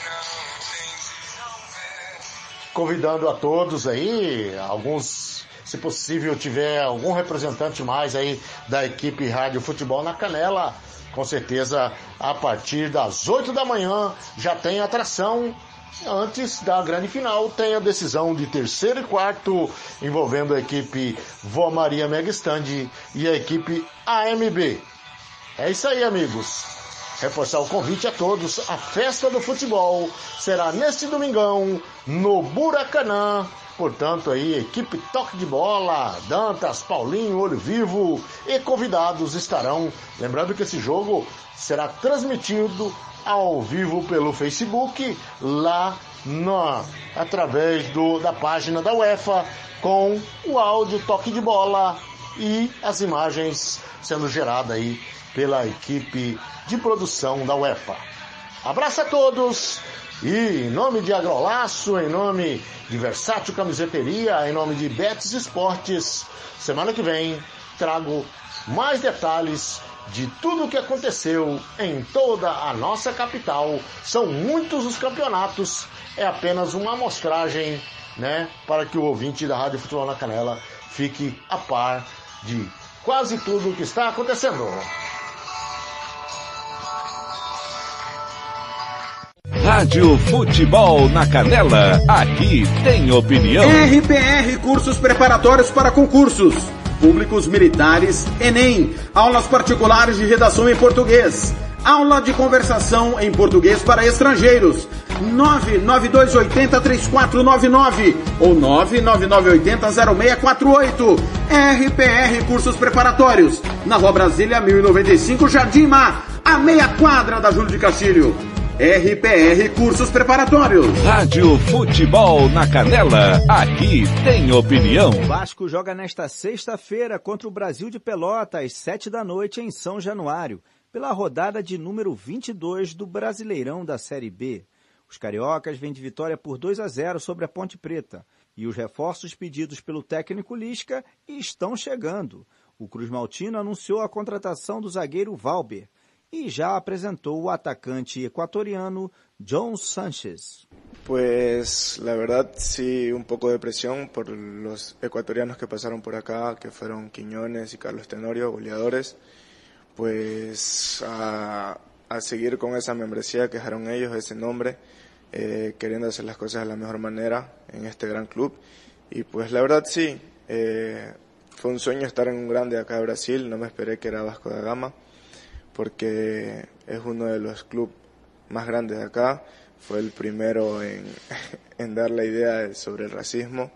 Convidando a todos aí, alguns, se possível, tiver algum representante mais aí da equipe Rádio Futebol na Canela, com certeza a partir das oito da manhã já tem atração. Antes da grande final tem a decisão de terceiro e quarto envolvendo a equipe Vó Maria Mega Stand e a equipe A M B. É isso aí, amigos. Reforçar o convite a todos, a festa do futebol será neste domingão no Buracanã, Portanto, aí, equipe Toque de Bola, Dantas, Paulinho, Olho Vivo e convidados estarão. Lembrando que esse jogo será transmitido ao vivo pelo Facebook, lá na, através do, da página da UEFA, com o áudio Toque de Bola e as imagens sendo geradas aí pela equipe de produção da UEFA. Abraço a todos! E em nome de Agrolaço, em nome de Versátil Camiseteria, em nome de Betis Esportes, semana que vem trago mais detalhes de tudo o que aconteceu em toda a nossa capital. São muitos os campeonatos, é apenas uma amostragem, né, para que o ouvinte da Rádio Futebol na Canela fique a par de quase tudo o que está acontecendo. Rádio Futebol na Canela, aqui tem opinião. R P R Cursos Preparatórios para Concursos Públicos Militares, Enem, aulas particulares de redação em português, aula de conversação em português para estrangeiros, nove nove dois oito zero três quatro nove nove ou nove nove nove oito zero zero seis quatro oito. R P R Cursos Preparatórios, na Rua Brasília mil e noventa e cinco, Jardim Mar, a meia quadra da Júlio de Castilho. R P R Cursos Preparatórios. Rádio Futebol na Canela, aqui tem opinião. O Vasco joga nesta sexta-feira contra o Brasil de Pelotas, às sete da noite em São Januário, pela rodada de número vinte e dois do Brasileirão da Série B. Os cariocas vêm de vitória por dois a zero sobre a Ponte Preta e os reforços pedidos pelo técnico Lisca estão chegando. O Cruz Maltino anunciou a contratação do zagueiro Valber y ya presentó o atacante ecuatoriano John Sánchez. Pues la verdad sí, un poco de presión por los ecuatorianos que pasaron por acá, que fueron Quiñones y Carlos Tenorio, goleadores. Pues a, a seguir con esa membresía que dejaron ellos, ese nombre, eh, queriendo hacer las cosas de la mejor manera en este gran club. Y pues la verdad sí, eh, fue un sueño estar en un grande acá de Brasil, no me esperé que era Vasco da Gama, porque es uno de los clubes más grandes de acá, fue el primero en, en dar la idea sobre el racismo.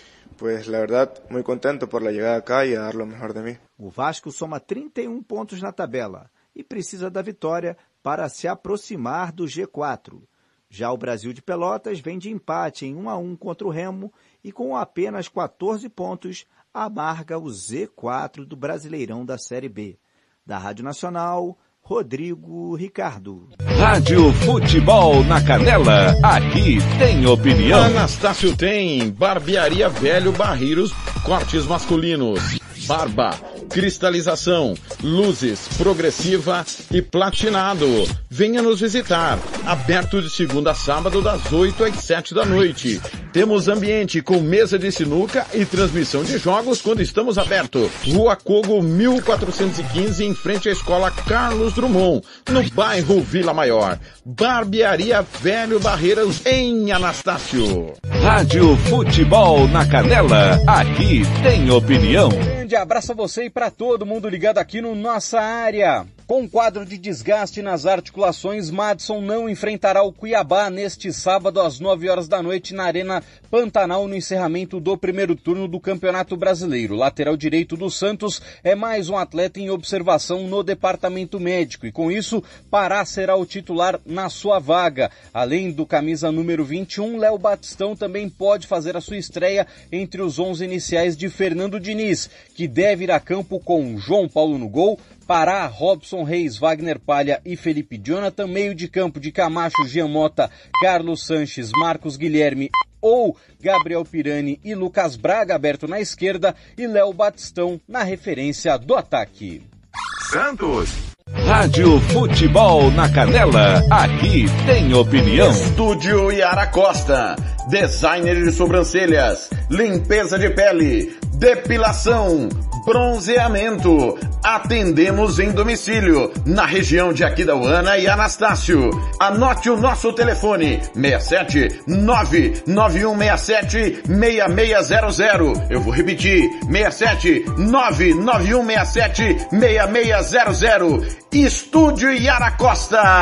Pues la verdad, muy contento por la llegada acá y a dar lo mejor de mí. O Vasco soma trinta e um pontos na tabela e precisa da vitória para se aproximar do G quatro. Já o Brasil de Pelotas vem de empate em um a um contra o Remo e com apenas quatorze pontos amarga o Z quatro do Brasileirão da Série B. Da Rádio Nacional, Rodrigo Ricardo. Rádio Futebol na Canela, aqui tem opinião. Anastácio tem barbearia Velho Barreiros, cortes masculinos, barba, cristalização, luzes, progressiva e platinado. Venha nos visitar. Aberto de segunda a sábado das oito às sete da noite. Temos ambiente com mesa de sinuca e transmissão de jogos quando estamos abertos. Rua Cogo mil quatrocentos e quinze, em frente à Escola Carlos Drummond, no bairro Vila Maior. Barbearia Velho Barreiras em Anastácio. Rádio Futebol na Canela, aqui tem opinião. Um grande abraço a você e para todo mundo ligado aqui no Nossa Área. Com um quadro de desgaste nas articulações, Madison não enfrentará o Cuiabá neste sábado às nove horas da noite na Arena Pantanal no encerramento do primeiro turno do Campeonato Brasileiro. Lateral direito do Santos é mais um atleta em observação no departamento médico e com isso Pará será o titular na sua vaga. Além do camisa número vinte e um, Léo Batistão também pode fazer a sua estreia entre os onze iniciais de Fernando Diniz, que deve ir a campo com João Paulo no gol, Pará, Robson Reis, Wagner Palha e Felipe Jonathan, meio de campo de Camacho, Jean Mota, Carlos Sanches, Marcos Guilherme ou Gabriel Pirani e Lucas Braga aberto na esquerda e Léo Batistão na referência do ataque. Santos. Rádio Futebol na Canela, aqui tem opinião. Estúdio Yara Costa, designer de sobrancelhas, limpeza de pele, depilação, bronzeamento. Atendemos em domicílio, na região de Aquidauana e Anastácio. Anote o nosso telefone, seis sete nove nove um seis sete seis seis zero zero. Eu vou repetir, seis sete nove nove um seis sete seis seis zero zero. Estúdio Yara Costa,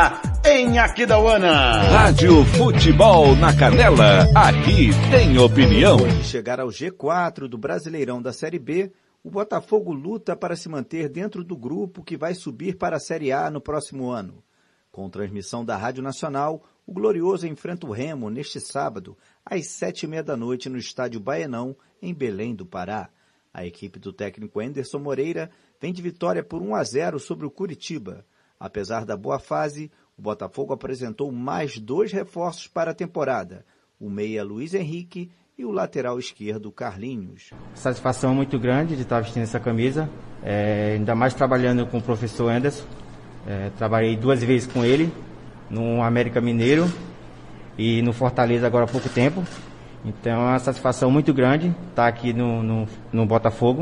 em Aquidauana. Rádio Futebol na Canela, aqui tem opinião. Depois de chegar ao G quatro do Brasileirão da Série B, o Botafogo luta para se manter dentro do grupo que vai subir para a Série A no próximo ano. Com transmissão da Rádio Nacional, o Glorioso enfrenta o Remo neste sábado, às sete e meia da noite, no estádio Baenão, em Belém do Pará. A equipe do técnico Anderson Moreira vem de vitória por um a zero sobre o Curitiba. Apesar da boa fase, o Botafogo apresentou mais dois reforços para a temporada, o meia Luiz Henrique e o lateral esquerdo Carlinhos. Satisfação muito grande de estar vestindo essa camisa, é, ainda mais trabalhando com o professor Anderson. É, trabalhei duas vezes com ele, no América Mineiro e no Fortaleza agora há pouco tempo. Então é uma satisfação muito grande estar aqui no, no, no Botafogo.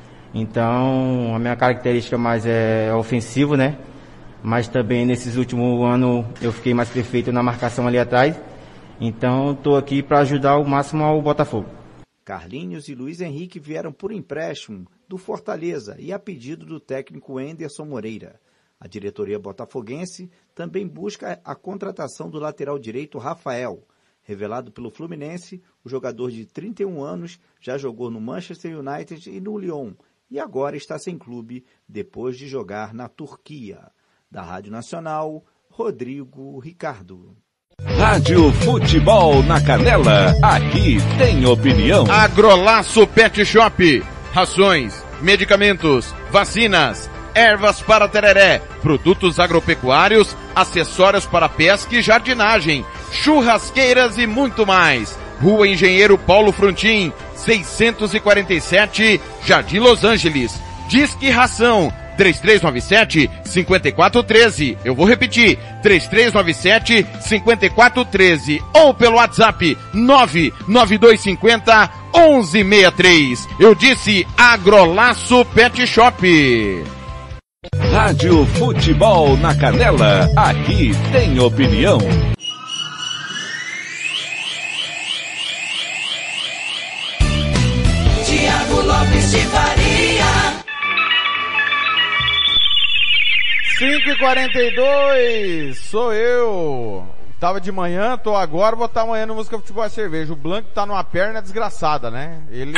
Então a minha característica mais é ofensivo, né? Mas também nesses últimos anos eu fiquei mais perfeito na marcação ali atrás. Então estou aqui para ajudar ao máximo ao Botafogo. Carlinhos e Luiz Henrique vieram por empréstimo do Fortaleza e a pedido do técnico Anderson Moreira. A diretoria botafoguense também busca a contratação do lateral direito Rafael. Revelado pelo Fluminense, o jogador de trinta e um anos já jogou no Manchester United e no Lyon e agora está sem clube depois de jogar na Turquia. Da Rádio Nacional, Rodrigo Ricardo. Rádio Futebol na Canela, aqui tem opinião. Agrolaço Pet Shop, rações, medicamentos, vacinas, ervas para tereré, produtos agropecuários, acessórios para pesca e jardinagem, churrasqueiras e muito mais. Rua Engenheiro Paulo Frontin, seiscentos e quarenta e sete, Jardim Los Angeles. Disque Ração, três três nove sete, cinco quatro um três. Eu vou repetir, três três nove sete, cinco quatro um três. Ou pelo WhatsApp, nove nove dois cinco zero, um um seis três. Eu disse Agrolaço Pet Shop. Rádio Futebol na Canela, aqui tem opinião. Tiago Lopes de Faria. cinco e quarenta e dois, sou eu. Tava de manhã, tô agora, vou estar amanhã no Música Futebol e Cerveja. O Blanco tá numa perna desgraçada, né? Ele...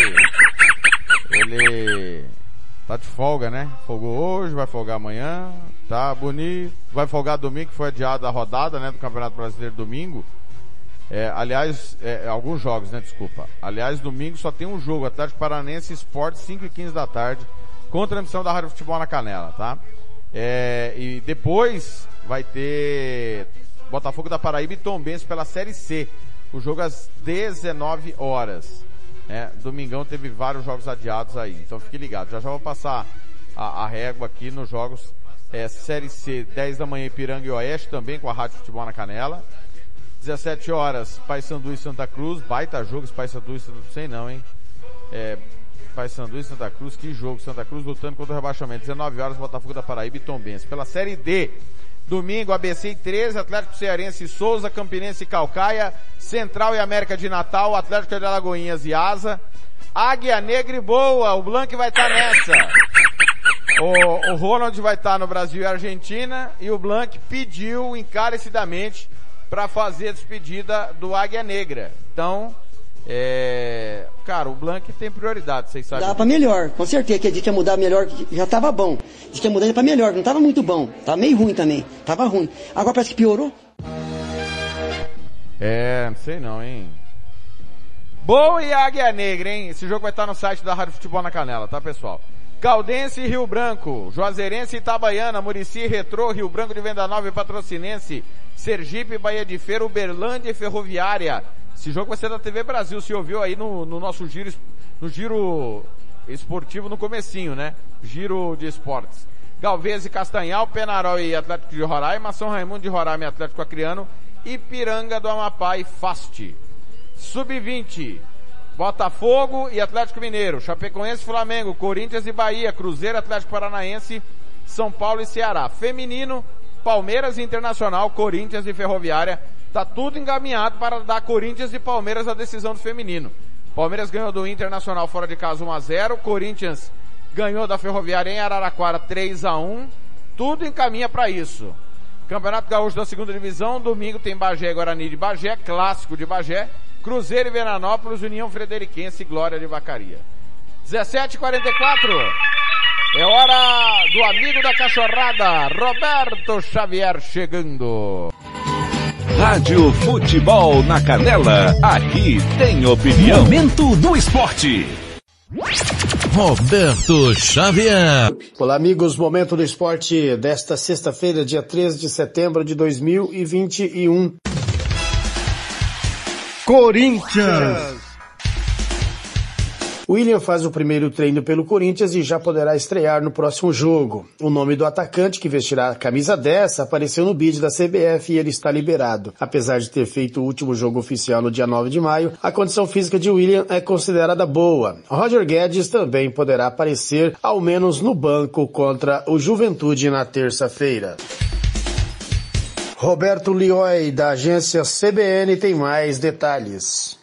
Ele... Tá de folga, né? Folgou hoje, vai folgar amanhã, tá bonito. Vai folgar domingo, que foi adiada a rodada, né, do Campeonato Brasileiro domingo. É, aliás, é, alguns jogos, né, desculpa. Aliás, domingo só tem um jogo, Atlético Paranaense Esporte, cinco e quinze da tarde, com transmissão da Rádio Futebol na Canela, tá? É, e depois vai ter Botafogo da Paraíba e Tombense pela Série C. O jogo às dezenove horas. É, domingão teve vários jogos adiados aí, então fique ligado. Já já vou passar a, a régua aqui nos jogos é, Série C, dez da manhã Ipiranga e Oeste, também com a Rádio Futebol na Canela. dezessete horas, Paysandu e Santa Cruz, baita jogo esse Paysandu e Santa Cruz, sei não, hein? É, Paysandu e Santa Cruz, que jogo, Santa Cruz lutando contra o rebaixamento. dezenove horas, Botafogo da Paraíba e Tombense. Pela Série D, domingo, A B C e treze, Atlético Cearense e Souza, Campinense e Calcaia, Central e América de Natal, Atlético de Alagoinhas e Asa, Águia Negra e Boa, o Blanc vai estar tá nessa. O, o Ronald vai estar tá no Brasil e Argentina, e o Blanc pediu encarecidamente para fazer a despedida do Águia Negra. Então, é... cara, o Blanc tem prioridade, vocês sabem. Dá pra melhor, com certeza, que a gente ia mudar melhor, já tava bom. Diz que ia mudar pra melhor, não tava muito bom, tava meio ruim também, tava ruim. Agora parece que piorou. É, não sei não, hein. Boa e Águia Negra, hein. Esse jogo vai estar no site da Rádio Futebol na Canela, tá, pessoal? Caldense e Rio Branco, Juazeirense e Itabaiana, Murici e Retrô, Rio Branco de Venda Nova e Patrocinense, Sergipe, Bahia de Feira, Uberlândia e Ferroviária. Esse jogo vai ser da T V Brasil, se ouviu aí no, no nosso giro, no giro esportivo no comecinho, né? Giro de esportes. Galvez e Castanhal, Penarol e Atlético de Roraima, São Raimundo de Roraima e Atlético Acreano, Ipiranga do Amapá e Fast. sub vinte, Botafogo e Atlético Mineiro, Chapecoense e Flamengo, Corinthians e Bahia, Cruzeiro, Atlético Paranaense, São Paulo e Ceará. Feminino, Palmeiras e Internacional, Corinthians e Ferroviária. Tá tudo encaminhado para dar Corinthians e Palmeiras a decisão do feminino. Palmeiras ganhou do Internacional fora de casa um a zero, Corinthians ganhou da Ferroviária em Araraquara três a um. Tudo encaminha para isso. Campeonato Gaúcho da segunda divisão, domingo tem Bagé e Guarani de Bagé, clássico de Bagé, Cruzeiro e Veranópolis, União Frederiquense e Glória de Vacaria. dezessete e quarenta e quatro. É hora do amigo da cachorrada, Roberto Xavier chegando. Rádio Futebol na Canela, aqui tem opinião. Momento do esporte. Roberto Xavier. Olá, amigos, momento do esporte desta sexta-feira, dia treze de setembro de dois mil e vinte e um. Corinthians. William faz o primeiro treino pelo Corinthians e já poderá estrear no próximo jogo. O nome do atacante, que vestirá a camisa dez, apareceu no bid da C B F e ele está liberado. Apesar de ter feito o último jogo oficial no dia nove de maio, a condição física de William é considerada boa. Roger Guedes também poderá aparecer, ao menos no banco, contra o Juventude na terça-feira. Roberto Lioy, da agência C B N, tem mais detalhes.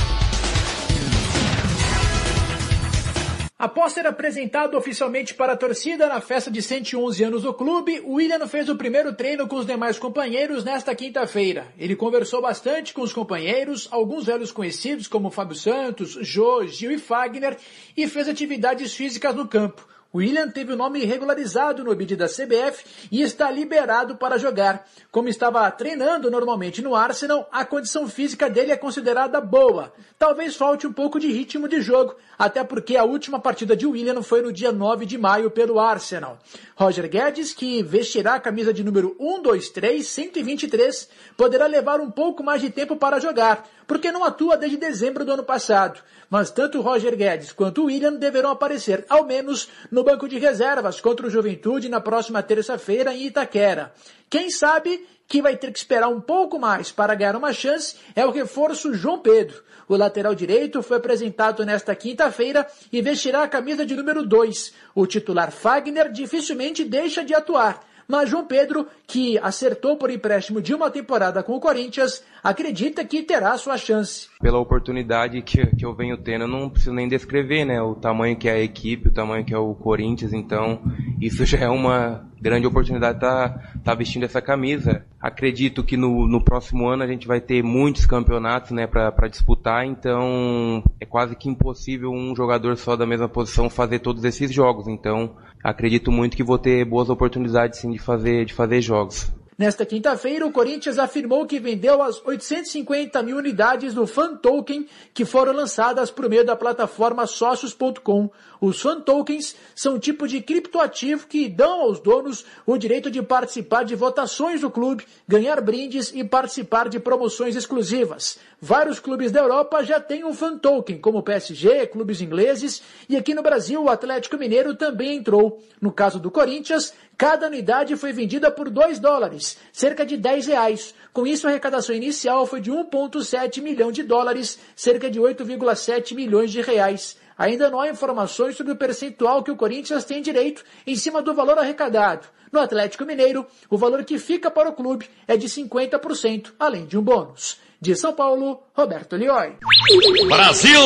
Após ser apresentado oficialmente para a torcida na festa de cento e onze anos do clube, William fez o primeiro treino com os demais companheiros nesta quinta-feira. Ele conversou bastante com os companheiros, alguns velhos conhecidos como Fábio Santos, Jô, Gil e Fagner, e fez atividades físicas no campo. William teve o nome regularizado no bid da C B F e está liberado para jogar. Como estava treinando normalmente no Arsenal, a condição física dele é considerada boa. Talvez falte um pouco de ritmo de jogo, até porque a última partida de William foi no dia nove de maio pelo Arsenal. Roger Guedes, que vestirá a camisa de número um, dois, três, cento e vinte e três, poderá levar um pouco mais de tempo para jogar, porque não atua desde dezembro do ano passado. Mas tanto Roger Guedes quanto William deverão aparecer, ao menos, no banco de reservas contra o Juventude na próxima terça-feira em Itaquera. Quem sabe que vai ter que esperar um pouco mais para ganhar uma chance é o reforço João Pedro. O lateral direito foi apresentado nesta quinta-feira e vestirá a camisa de número dois. O titular Fagner dificilmente deixa de atuar. Mas João Pedro, que acertou por empréstimo de uma temporada com o Corinthians, acredita que terá sua chance. Pela oportunidade que, que eu venho tendo, eu não preciso nem descrever, né? O tamanho que é a equipe, o tamanho que é o Corinthians, então isso já é uma grande oportunidade de estar tá, tá vestindo essa camisa. Acredito que no, no próximo ano a gente vai ter muitos campeonatos, né, para disputar, então é quase que impossível um jogador só da mesma posição fazer todos esses jogos, então acredito muito que vou ter boas oportunidades sim de fazer, de fazer jogos. Nesta quinta-feira, o Corinthians afirmou que vendeu as oitocentas e cinquenta mil unidades do Fan Token que foram lançadas por meio da plataforma sócios ponto com. Os Fan Tokens são um tipo de criptoativo que dão aos donos o direito de participar de votações do clube, ganhar brindes e participar de promoções exclusivas. Vários clubes da Europa já têm um Fan Token, como o P S G, clubes ingleses, e aqui no Brasil o Atlético Mineiro também entrou. No caso do Corinthians, cada unidade foi vendida por dois dólares, cerca de dez reais. Com isso, a arrecadação inicial foi de um vírgula sete milhão de dólares, cerca de oito vírgula sete milhões de reais. Ainda não há informações sobre o percentual que o Corinthians tem direito em cima do valor arrecadado. No Atlético Mineiro, o valor que fica para o clube é de cinquenta por cento, além de um bônus. De São Paulo, Roberto Lioy. Brasil!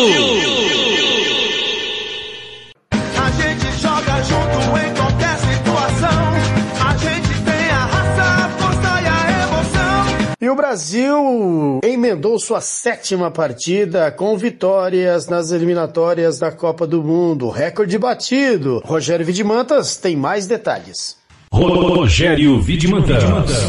A gente joga junto em qualquer situação. A gente tem a raça, a força e a emoção. E o Brasil emendou sua sétima partida com vitórias nas eliminatórias da Copa do Mundo. Recorde batido. Rogério Vidimantas tem mais detalhes. Rogério Vidimantas.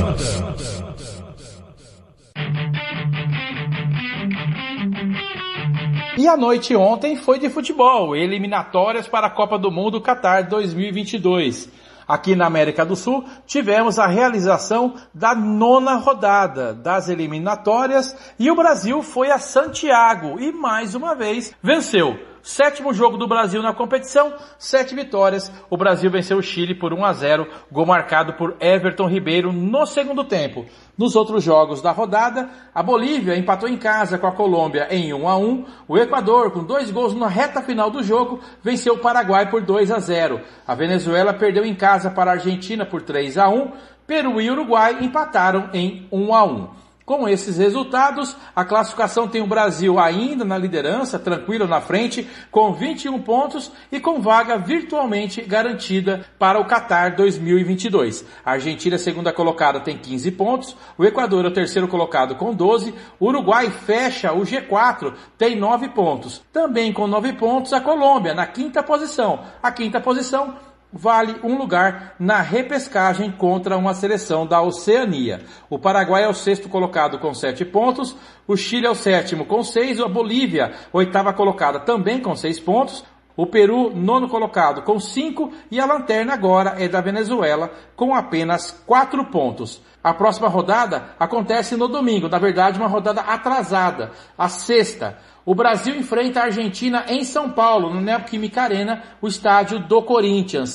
E a noite ontem foi de futebol, eliminatórias para a Copa do Mundo Qatar dois mil e vinte e dois. Aqui na América do Sul, tivemos a realização da nona rodada das eliminatórias e o Brasil foi a Santiago e mais uma vez venceu. Sétimo jogo do Brasil na competição, sete vitórias. O Brasil venceu o Chile por um a zero, gol marcado por Everton Ribeiro no segundo tempo. Nos outros jogos da rodada, a Bolívia empatou em casa com a Colômbia em um a um. O Equador, com dois gols na reta final do jogo, venceu o Paraguai por dois a zero. A Venezuela perdeu em casa para a Argentina por três a um. Peru e Uruguai empataram em um a um. Com esses resultados, a classificação tem o Brasil ainda na liderança, tranquilo na frente, com vinte e um pontos e com vaga virtualmente garantida para o Qatar dois mil e vinte e dois. A Argentina, segunda colocada, tem quinze pontos, o Equador é o terceiro colocado com doze, o Uruguai fecha o G quatro, tem nove pontos. Também com nove pontos a Colômbia, na quinta posição. A quinta posição vale um lugar na repescagem contra uma seleção da Oceania. O Paraguai é o sexto colocado com sete pontos, o Chile é o sétimo com seis, a Bolívia, oitava colocada, também com seis pontos, o Peru, nono colocado, com cinco, e a lanterna agora é da Venezuela, com apenas quatro pontos. A próxima rodada acontece no domingo, na verdade uma rodada atrasada, a sexta. O Brasil enfrenta a Argentina em São Paulo, no Neoquímica Arena, o estádio do Corinthians.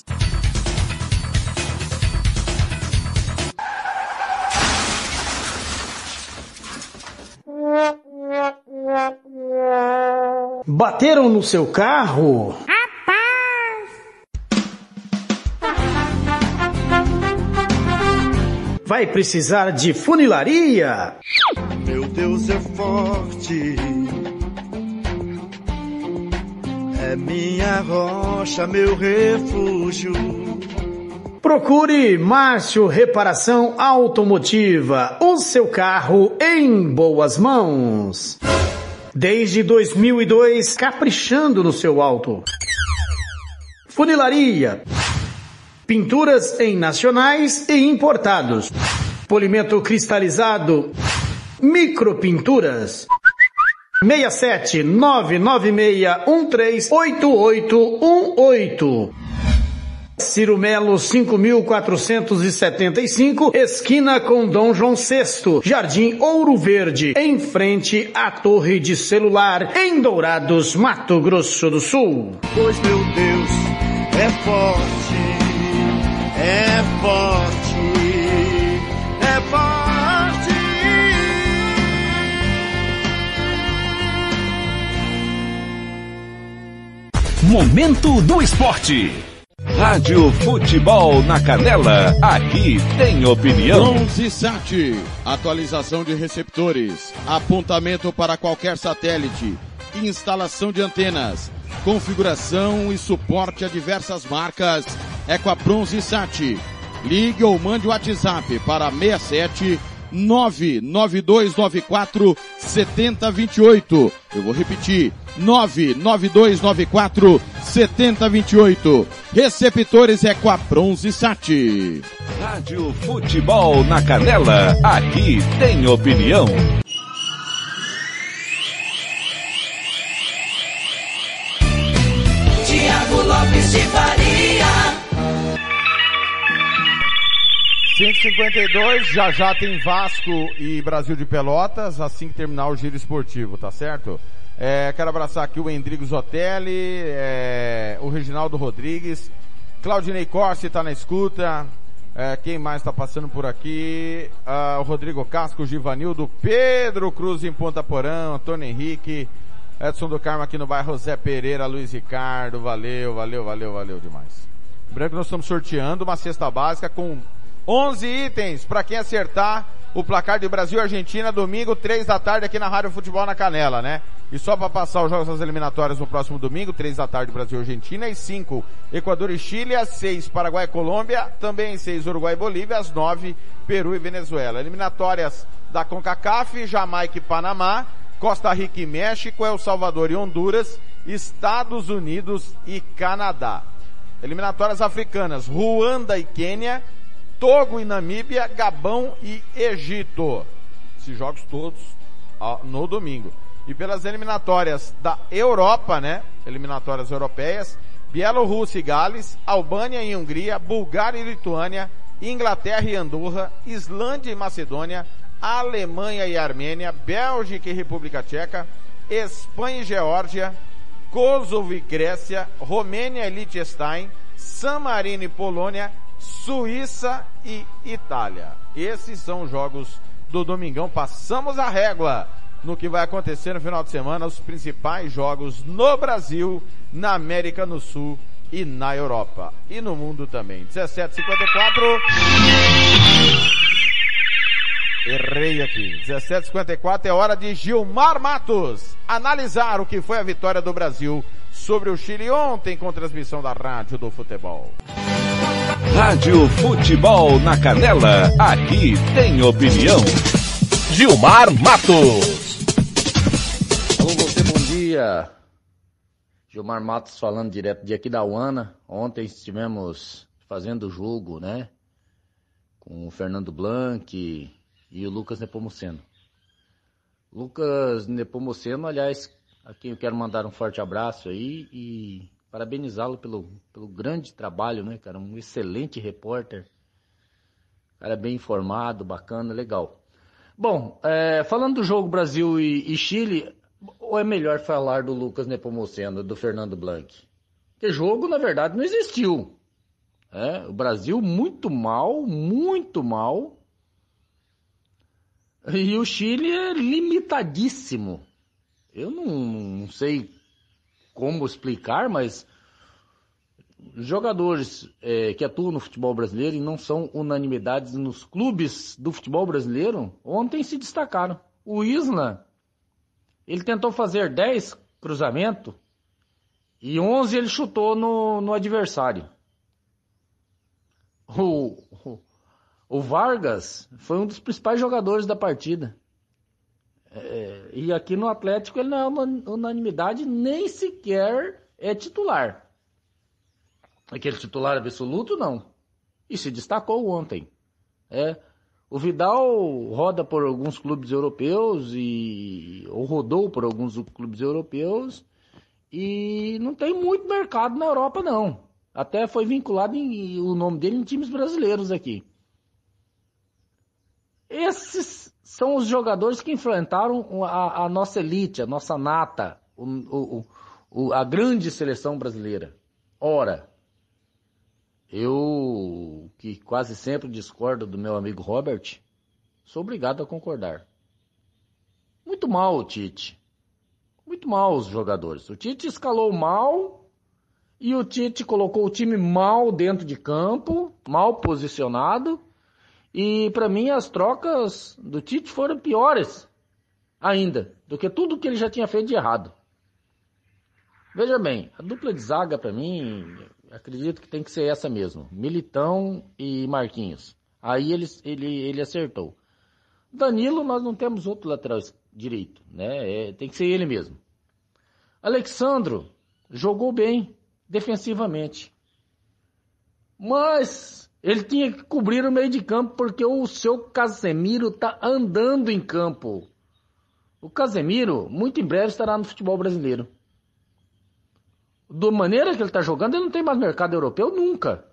Bateram no seu carro? Vai precisar de funilaria? Meu Deus é forte, é minha rocha, meu refúgio. Procure Márcio Reparação Automotiva, o seu carro em boas mãos. Desde dois mil e dois, caprichando no seu auto. Funilaria, pinturas em nacionais e importados, polimento cristalizado, micropinturas. seis sete nove nove seis um três oito oito um oito. Ciro Melo cinco mil quatrocentos e setenta e cinco, esquina com Dom João sexto, Jardim Ouro Verde, em frente à Torre de Celular, em Dourados, Mato Grosso do Sul. Pois meu Deus é forte, é forte, é forte. Momento do Esporte. Rádio Futebol na Canela, aqui tem opinião. Bronzesat, atualização de receptores, apontamento para qualquer satélite, instalação de antenas, configuração e suporte a diversas marcas, é com a Bronzesat. Ligue ou mande o WhatsApp para seis sete nove nove dois nove quatro sete zero dois oito. Eu vou repetir, nove nove dois nove quatro sete zero dois oito. Receptores é com a Bronzesat. Rádio Futebol na Canela, aqui tem opinião. Tiago Lopes de Faria. cento e cinquenta e dois, já já tem Vasco e Brasil de Pelotas, assim que terminar o giro esportivo, tá certo? É, quero abraçar aqui o Endrigo Zotelli, é, o Reginaldo Rodrigues, Claudinei Corsi tá na escuta, é, quem mais tá passando por aqui? Ah, o Rodrigo Casco, o Givanildo, Pedro Cruz em Ponta Porã, Antônio Henrique, Edson do Carmo aqui no bairro Zé Pereira, Luiz Ricardo, valeu, valeu, valeu, valeu demais. Lembrando que nós estamos sorteando uma cesta básica com onze itens para quem acertar o placar de Brasil e Argentina domingo, três da tarde aqui na Rádio Futebol na Canela, né? E só para passar os jogos das eliminatórias no próximo domingo, três da tarde Brasil e Argentina, e cinco Equador e Chile, às seis Paraguai e Colômbia, também às seis Uruguai e Bolívia, às nove Peru e Venezuela. Eliminatórias da CONCACAF, Jamaica e Panamá, Costa Rica e México, El Salvador e Honduras, Estados Unidos e Canadá. Eliminatórias africanas, Ruanda e Quênia, Togo e Namíbia, Gabão e Egito. Esses jogos todos ó, no domingo. E pelas eliminatórias da Europa, né? Eliminatórias europeias, Bielorrússia e Gales, Albânia e Hungria, Bulgária e Lituânia, Inglaterra e Andorra, Islândia e Macedônia, Alemanha e Armênia, Bélgica e República Tcheca, Espanha e Geórgia, Kosovo e Grécia, Romênia e Liechtenstein, San Marino e Polônia, Suíça e Itália. Esses são os jogos do domingão. Passamos a régua no que vai acontecer no final de semana, os principais jogos no Brasil, na América do Sul e na Europa. E no mundo também. dezessete e cinquenta e quatro. Errei aqui. dezessete e cinquenta e quatro é hora de Gilmar Matos analisar o que foi a vitória do Brasil sobre o Chile ontem com transmissão da Rádio do Futebol. Rádio Futebol na Canela, aqui tem opinião. Gilmar Matos. Alô, você, bom dia. Gilmar Matos falando direto de aqui da UANA. Ontem estivemos fazendo o jogo, né? Com o Fernando Blanc e o Lucas Nepomuceno. Lucas Nepomuceno, aliás, a quem eu quero mandar um forte abraço aí e parabenizá-lo pelo, pelo grande trabalho, né, cara? Um excelente repórter. Cara bem informado, bacana, legal. Bom, é, falando do jogo Brasil e, e Chile, ou é melhor falar do Lucas Nepomuceno, do Fernando Blanc? Porque jogo, na verdade, não existiu. É, o Brasil muito mal, muito mal. E o Chile é limitadíssimo. Eu não, não sei como explicar, mas os jogadores é, que atuam no futebol brasileiro e não são unanimidades nos clubes do futebol brasileiro, ontem se destacaram. O Isla, ele tentou fazer dez cruzamentos e onze ele chutou no, no adversário. O, o, o Vargas foi um dos principais jogadores da partida. É, e aqui no Atlético ele não é uma unanimidade, nem sequer é titular. Aquele titular absoluto, não. E se destacou ontem. É, o Vidal roda por alguns clubes europeus, e, ou rodou por alguns clubes europeus, e não tem muito mercado na Europa, não. Até foi vinculado em, o nome dele em times brasileiros aqui. Esses são os jogadores que enfrentaram a, a nossa elite, a nossa nata, o, o, o, a grande seleção brasileira. Ora, eu, que quase sempre discordo do meu amigo Robert, sou obrigado a concordar. Muito mal o Tite. Muito mal os jogadores. O Tite escalou mal e o Tite colocou o time mal dentro de campo, mal posicionado. E para mim as trocas do Tite foram piores ainda do que tudo que ele já tinha feito de errado. Veja bem, a dupla de zaga para mim, acredito que tem que ser essa mesmo. Militão e Marquinhos. Aí ele, ele, ele acertou. Danilo, nós não temos outro lateral direito, né? É, tem que ser ele mesmo. Alexandro jogou bem defensivamente. Mas ele tinha que cobrir o meio de campo porque o seu Casemiro tá andando em campo. O Casemiro, muito em breve, estará no futebol brasileiro. Da maneira que ele está jogando, ele não tem mais mercado europeu nunca.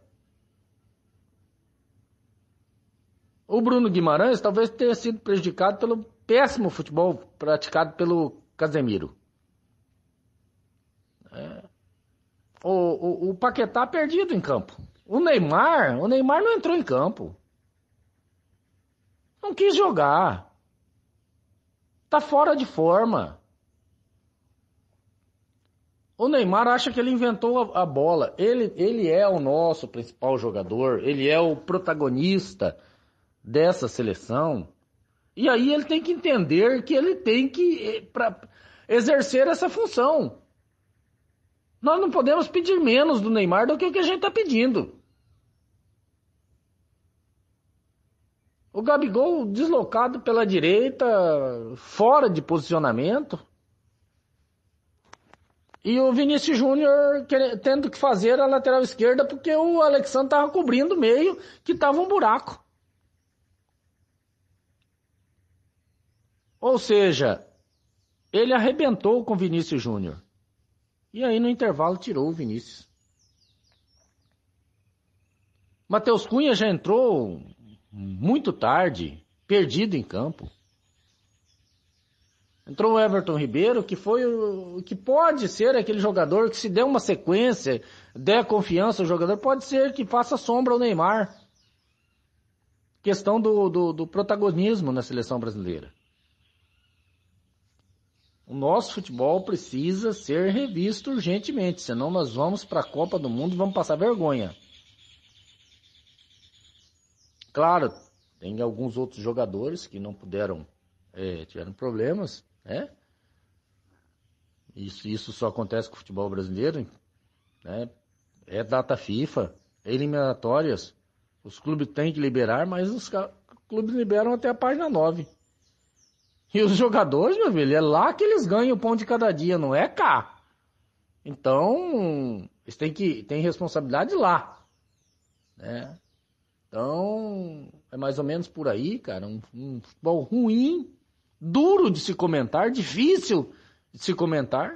O Bruno Guimarães talvez tenha sido prejudicado pelo péssimo futebol praticado pelo Casemiro. É. O, o, o Paquetá perdido em campo. O Neymar, o Neymar não entrou em campo. Não quis jogar. Tá fora de forma. O Neymar acha que ele inventou a, a bola. Ele, ele é o nosso principal jogador. Ele é o protagonista dessa seleção. E aí ele tem que entender que ele tem que pra, exercer essa função. Nós não podemos pedir menos do Neymar do que o que a gente está pedindo. O Gabigol deslocado pela direita, fora de posicionamento. E o Vinícius Júnior tendo que fazer a lateral esquerda porque o Alexandre estava cobrindo o meio, que estava um buraco. Ou seja, ele arrebentou com o Vinícius Júnior. E aí no intervalo tirou o Vinícius. Matheus Cunha já entrou muito tarde, perdido em campo. Entrou o Everton Ribeiro, que foi o que pode ser aquele jogador que, se der uma sequência, der confiança ao jogador, pode ser que faça sombra ao Neymar. Questão do, do, do protagonismo na seleção brasileira. O nosso futebol precisa ser revisto urgentemente, senão nós vamos para a Copa do Mundo e vamos passar vergonha. Claro, Tem alguns outros jogadores que não puderam, é, tiveram problemas, né? Isso, isso só acontece com o futebol brasileiro, né? É data FIFA, é eliminatórias. Os clubes têm que liberar, mas os clubes liberam até a página nove. E os jogadores, meu filho, é lá que eles ganham o pão de cada dia, não é cá. Então, eles têm que têm responsabilidade lá, né? Então, é mais ou menos por aí, cara. Um, um futebol ruim, duro de se comentar, difícil de se comentar.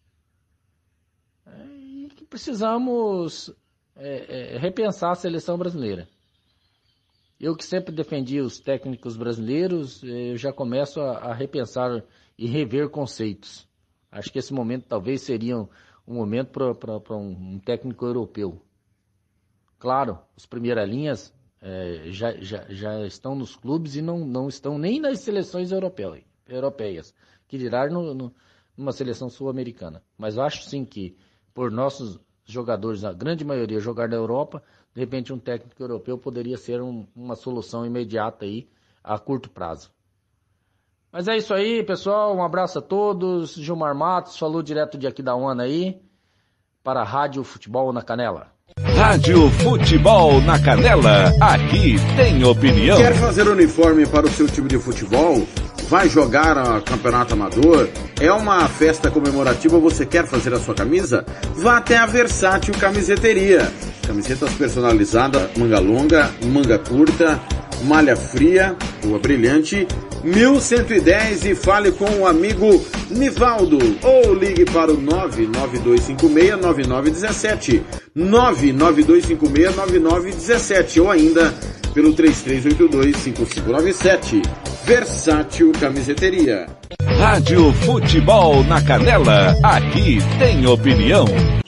É, e que precisamos é, é, repensar a seleção brasileira. Eu que sempre defendi os técnicos brasileiros, eu já começo a, a repensar e rever conceitos. Acho que esse momento talvez seria um, um momento para um, um técnico europeu. Claro, os primeiras linhas é, já, já, já estão nos clubes e não, não estão nem nas seleções europeias, europeias que dirá no, no, numa seleção sul-americana. Mas eu acho sim que, por nossos jogadores, a grande maioria, jogar na Europa, de repente um técnico europeu poderia ser um, uma solução imediata aí, a curto prazo. Mas é isso aí, pessoal. Um abraço a todos. Gilmar Matos falou direto de aqui da ONU aí, para a Rádio Futebol na Canela. Rádio Futebol na Canela, aqui tem opinião. Quer fazer uniforme para o seu time de futebol? Vai jogar a campeonato amador? É uma festa comemorativa, você quer fazer a sua camisa? Vá até a Versátil Camiseteria. Camisetas personalizadas, manga longa, manga curta, malha fria, rua brilhante, mil cento e dez e fale com o amigo Nivaldo ou ligue para o nove nove dois cinco seis nove nove um sete, nove nove dois cinco seis nove nove um sete ou ainda pelo três três oito dois cinco cinco nove sete. Versátil Camiseteria. Rádio Futebol na Canela, aqui tem opinião.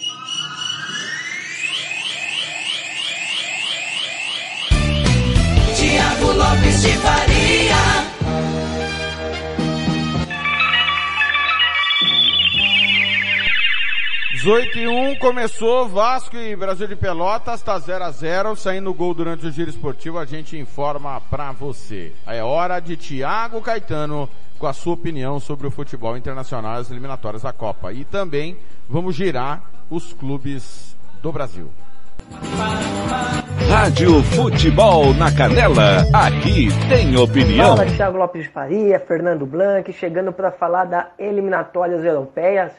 Tiago Lopes de Faria. dezoito e um, começou Vasco e Brasil de Pelotas, tá zero a zero, saindo o gol durante o giro esportivo, a gente informa pra você. É hora de Thiago Caetano com a sua opinião sobre o futebol internacional e as eliminatórias da Copa. E também vamos girar os clubes do Brasil. Rádio Futebol na Canela, aqui tem opinião. Fala, Thiago Lopes de Faria, Fernando Blanc, chegando para falar das eliminatórias europeias.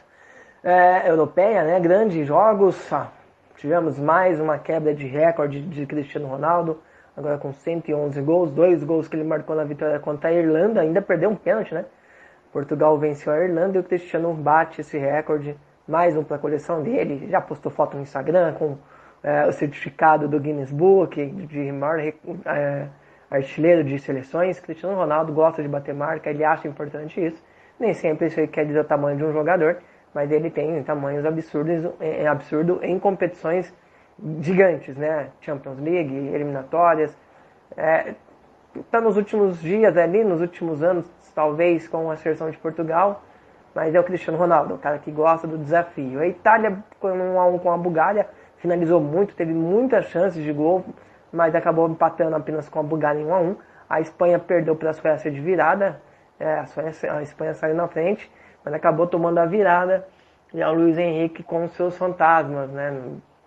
É, europeia, né? Grandes jogos. Ah, tivemos mais uma quebra de recorde de Cristiano Ronaldo, agora com cento e onze gols, dois gols que ele marcou na vitória contra a Irlanda, ainda perdeu um pênalti, né? Portugal venceu a Irlanda e o Cristiano bate esse recorde, mais um para a coleção dele. Já postou foto no Instagram com é, o certificado do Guinness Book de maior é, artilheiro de seleções. Cristiano Ronaldo gosta de bater marca, ele acha importante isso. Nem sempre isso quer dizer o tamanho de um jogador, mas ele tem tamanhos absurdos, é, absurdo em competições gigantes, né? Champions League, eliminatórias. É, tá nos últimos dias ali, nos últimos anos, talvez com a seleção de Portugal, mas é o Cristiano Ronaldo, o cara que gosta do desafio. A Itália, com um a um com a Bulgária, finalizou muito, teve muitas chances de gol, mas acabou empatando apenas com a Bulgária em um a um. A Espanha perdeu para a Suécia de virada, é, a, Suécia, a Espanha saiu na frente, mas acabou tomando a virada, e é o Luiz Henrique com seus fantasmas, né?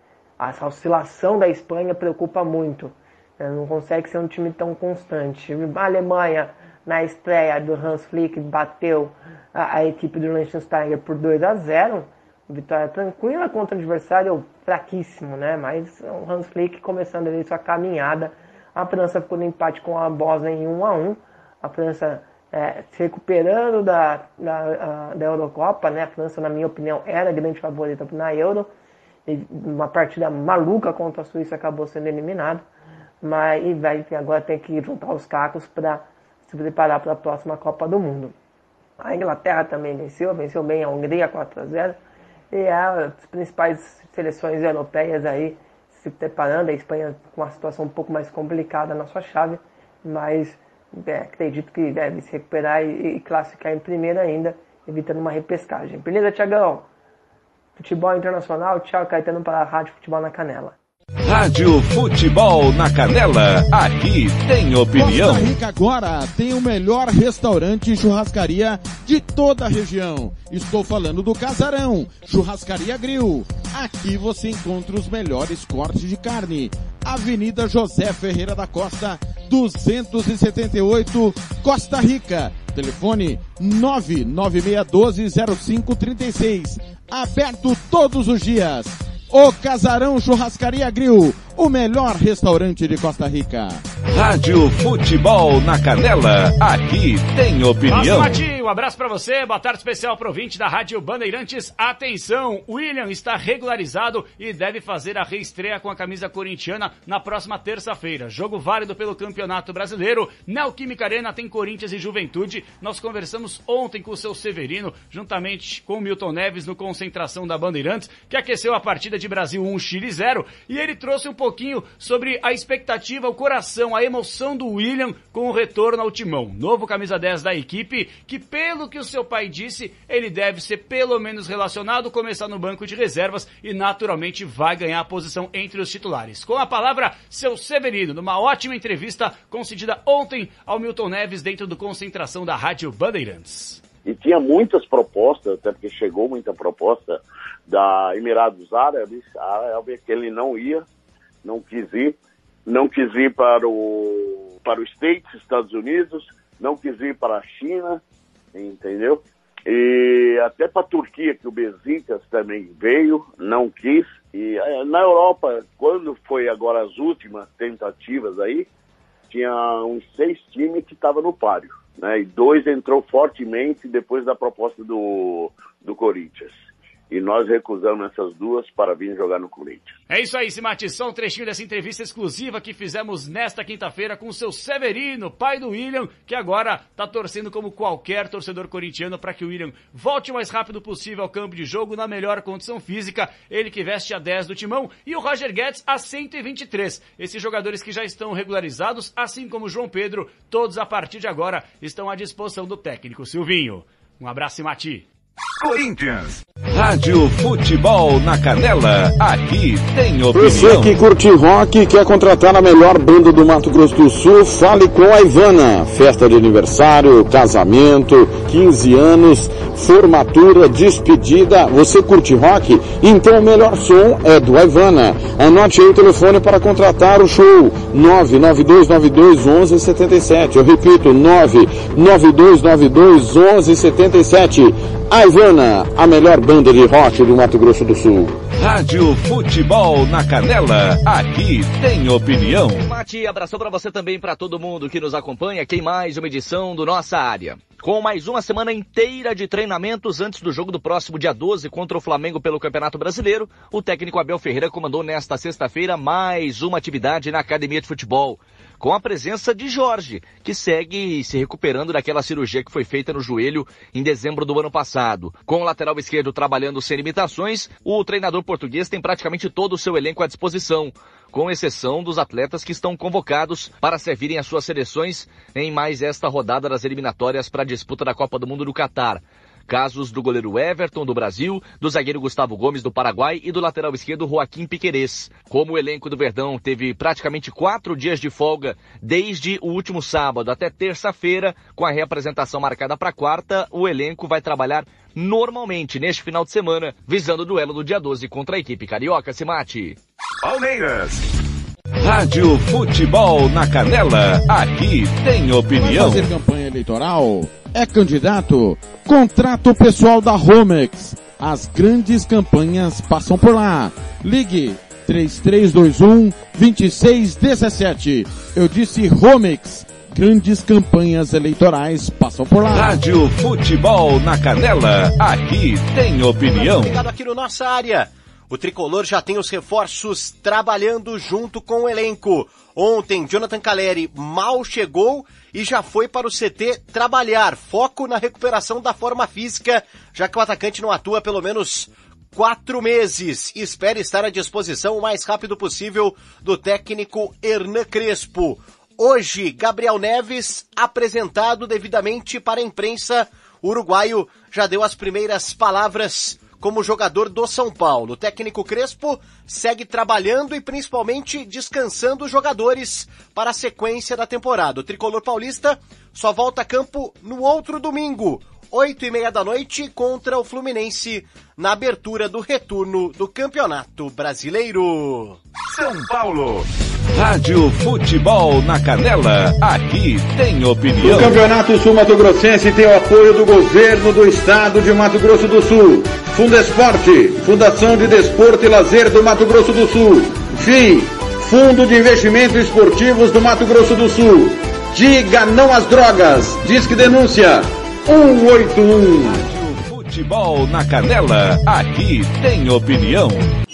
Essa oscilação da Espanha preocupa muito, né? Não consegue ser um time tão constante. A Alemanha, na estreia do Hans Flick, bateu a, a equipe do Liechtenstein por dois a zero, vitória tranquila contra um adversário fraquíssimo, né? Mas o Hans Flick começando ali sua caminhada. A França ficou no empate com a Bósnia em um a um, a França É, se recuperando da, da, da Eurocopa, né? A França, na minha opinião, era a grande favorita na Euro, e uma partida maluca contra a Suíça acabou sendo eliminado, mas e vai agora tem que juntar os cacos para se preparar para a próxima Copa do Mundo. A Inglaterra também venceu, venceu bem a Hungria quatro a zero, e as principais seleções europeias aí se preparando, a Espanha com uma situação um pouco mais complicada na sua chave, mas É, acredito que deve se recuperar e, e classificar em primeiro ainda, evitando uma repescagem. Beleza, Thiagão? Futebol internacional, tchau, Caetano para a Rádio Futebol na Canela. Rádio Futebol na Canela, aqui tem opinião. Costa Rica agora tem o melhor restaurante e churrascaria de toda a região. Estou falando do Casarão, Churrascaria Grill. Aqui você encontra os melhores cortes de carne. Avenida José Ferreira da Costa, duzentos e setenta e oito, Costa Rica. Telefone nove nove seis um dois zero cinco três seis. Aberto todos os dias. O Casarão Churrascaria Grill, o melhor restaurante de Costa Rica. Rádio Futebol na Canela, aqui tem opinião. Mati, um abraço pra você, boa tarde especial pro ouvinte da Rádio Bandeirantes. Atenção, William está regularizado e deve fazer a reestreia com a camisa corintiana na próxima terça-feira. Jogo válido pelo Campeonato Brasileiro. Neoquímica Arena tem Corinthians e Juventude. Nós conversamos ontem com o seu Severino, juntamente com o Milton Neves no Concentração da Bandeirantes, que aqueceu a partida de Brasil um, Chile zero, e ele trouxe um pouquinho sobre a expectativa, o coração, a emoção do William com o retorno ao timão. Novo camisa dez da equipe, que pelo que o seu pai disse, ele deve ser pelo menos relacionado, começar no banco de reservas e naturalmente vai ganhar a posição entre os titulares. Com a palavra, seu Severino, numa ótima entrevista concedida ontem ao Milton Neves dentro do Concentração da Rádio Bandeirantes. E tinha muitas propostas, até porque chegou muita proposta da Emirados Árabes, Árabe, que ele não ia, não quis ir, não quis ir para o, para os States, Estados Unidos, não quis ir para a China, entendeu? E até para a Turquia, que o Besiktas também veio, não quis. E na Europa, quando foi agora as últimas tentativas aí, tinha uns seis times que estavam no páreo, né? E dois entrou fortemente depois da proposta do, do Corinthians. E nós recusamos essas duas para vir jogar no Corinthians. É isso aí, Simati, só um trechinho dessa entrevista exclusiva que fizemos nesta quinta-feira com o seu Severino, pai do William, que agora está torcendo como qualquer torcedor corintiano para que o William volte o mais rápido possível ao campo de jogo na melhor condição física, ele que veste a dez do timão, e o Roger Guedes a cento e vinte e três. Esses jogadores que já estão regularizados, assim como o João Pedro, todos a partir de agora estão à disposição do técnico Silvinho. Um abraço, Simati. Corinthians. Rádio Futebol na Canela, aqui tem opinião. Você que curte rock e quer contratar a melhor banda do Mato Grosso do Sul, fale com a Ivana. Festa de aniversário, casamento, quinze anos, formatura, despedida. Você curte rock? Então o melhor som é do Ivana. Anote aí o telefone para contratar o show. nove nove dois nove dois um um sete sete. Eu repito, nove nove dois nove dois um um sete sete. A Ivana, a melhor banda de rock do Mato Grosso do Sul. Rádio Futebol na Canela, aqui tem opinião. Mati, abração pra você também, pra todo mundo que nos acompanha aqui em mais uma edição do Nossa Área. Com mais uma semana inteira de treinamentos antes do jogo do próximo dia doze contra o Flamengo pelo Campeonato Brasileiro, o técnico Abel Ferreira comandou nesta sexta-feira mais uma atividade na Academia de Futebol, com a presença de Jorge, que segue se recuperando daquela cirurgia que foi feita no joelho em dezembro do ano passado. Com o lateral esquerdo trabalhando sem limitações, o treinador português tem praticamente todo o seu elenco à disposição, com exceção dos atletas que estão convocados para servirem às suas seleções em mais esta rodada das eliminatórias para a disputa da Copa do Mundo do Catar. Casos do goleiro Everton, do Brasil, do zagueiro Gustavo Gomes, do Paraguai, e do lateral esquerdo Joaquim Piquerez. Como o elenco do Verdão teve praticamente quatro dias de folga desde o último sábado até terça-feira, com a reapresentação marcada para quarta, o elenco vai trabalhar normalmente neste final de semana, visando o duelo do dia doze contra a equipe carioca. Simati. Palmeiras. Rádio Futebol na Canela, aqui tem opinião. Vai fazer campanha eleitoral? É candidato? Contrato pessoal da Romex. As grandes campanhas passam por lá. Ligue três três dois um, dois seis um sete. Eu disse Romex. Grandes campanhas eleitorais passam por lá. Rádio Futebol na Canela, aqui tem opinião. Ligado aqui no Nossa Área. O Tricolor já tem os reforços trabalhando junto com o elenco. Ontem, Jonathan Calleri mal chegou e já foi para o C T trabalhar. Foco na recuperação da forma física, já que o atacante não atua há pelo menos quatro meses. Espera estar à disposição o mais rápido possível do técnico Hernan Crespo. Hoje, Gabriel Neves, apresentado devidamente para a imprensa, o uruguaio já deu as primeiras palavras como jogador do São Paulo. O técnico Crespo segue trabalhando e principalmente descansando os jogadores para a sequência da temporada. O tricolor paulista só volta a campo no outro domingo, oito e meia da noite, contra o Fluminense, na abertura do retorno do Campeonato Brasileiro. São Paulo. Rádio Futebol na Canela, aqui tem opinião. O Campeonato Sul Mato Grossense tem o apoio do governo do estado de Mato Grosso do Sul, Fundesporte, Fundação de Desporto e Lazer do Mato Grosso do Sul, F I I, Fundo de Investimentos Esportivos do Mato Grosso do Sul. Diga não às drogas, Disque Denúncia um oito um. Rádio Futebol na Canela, aqui tem opinião.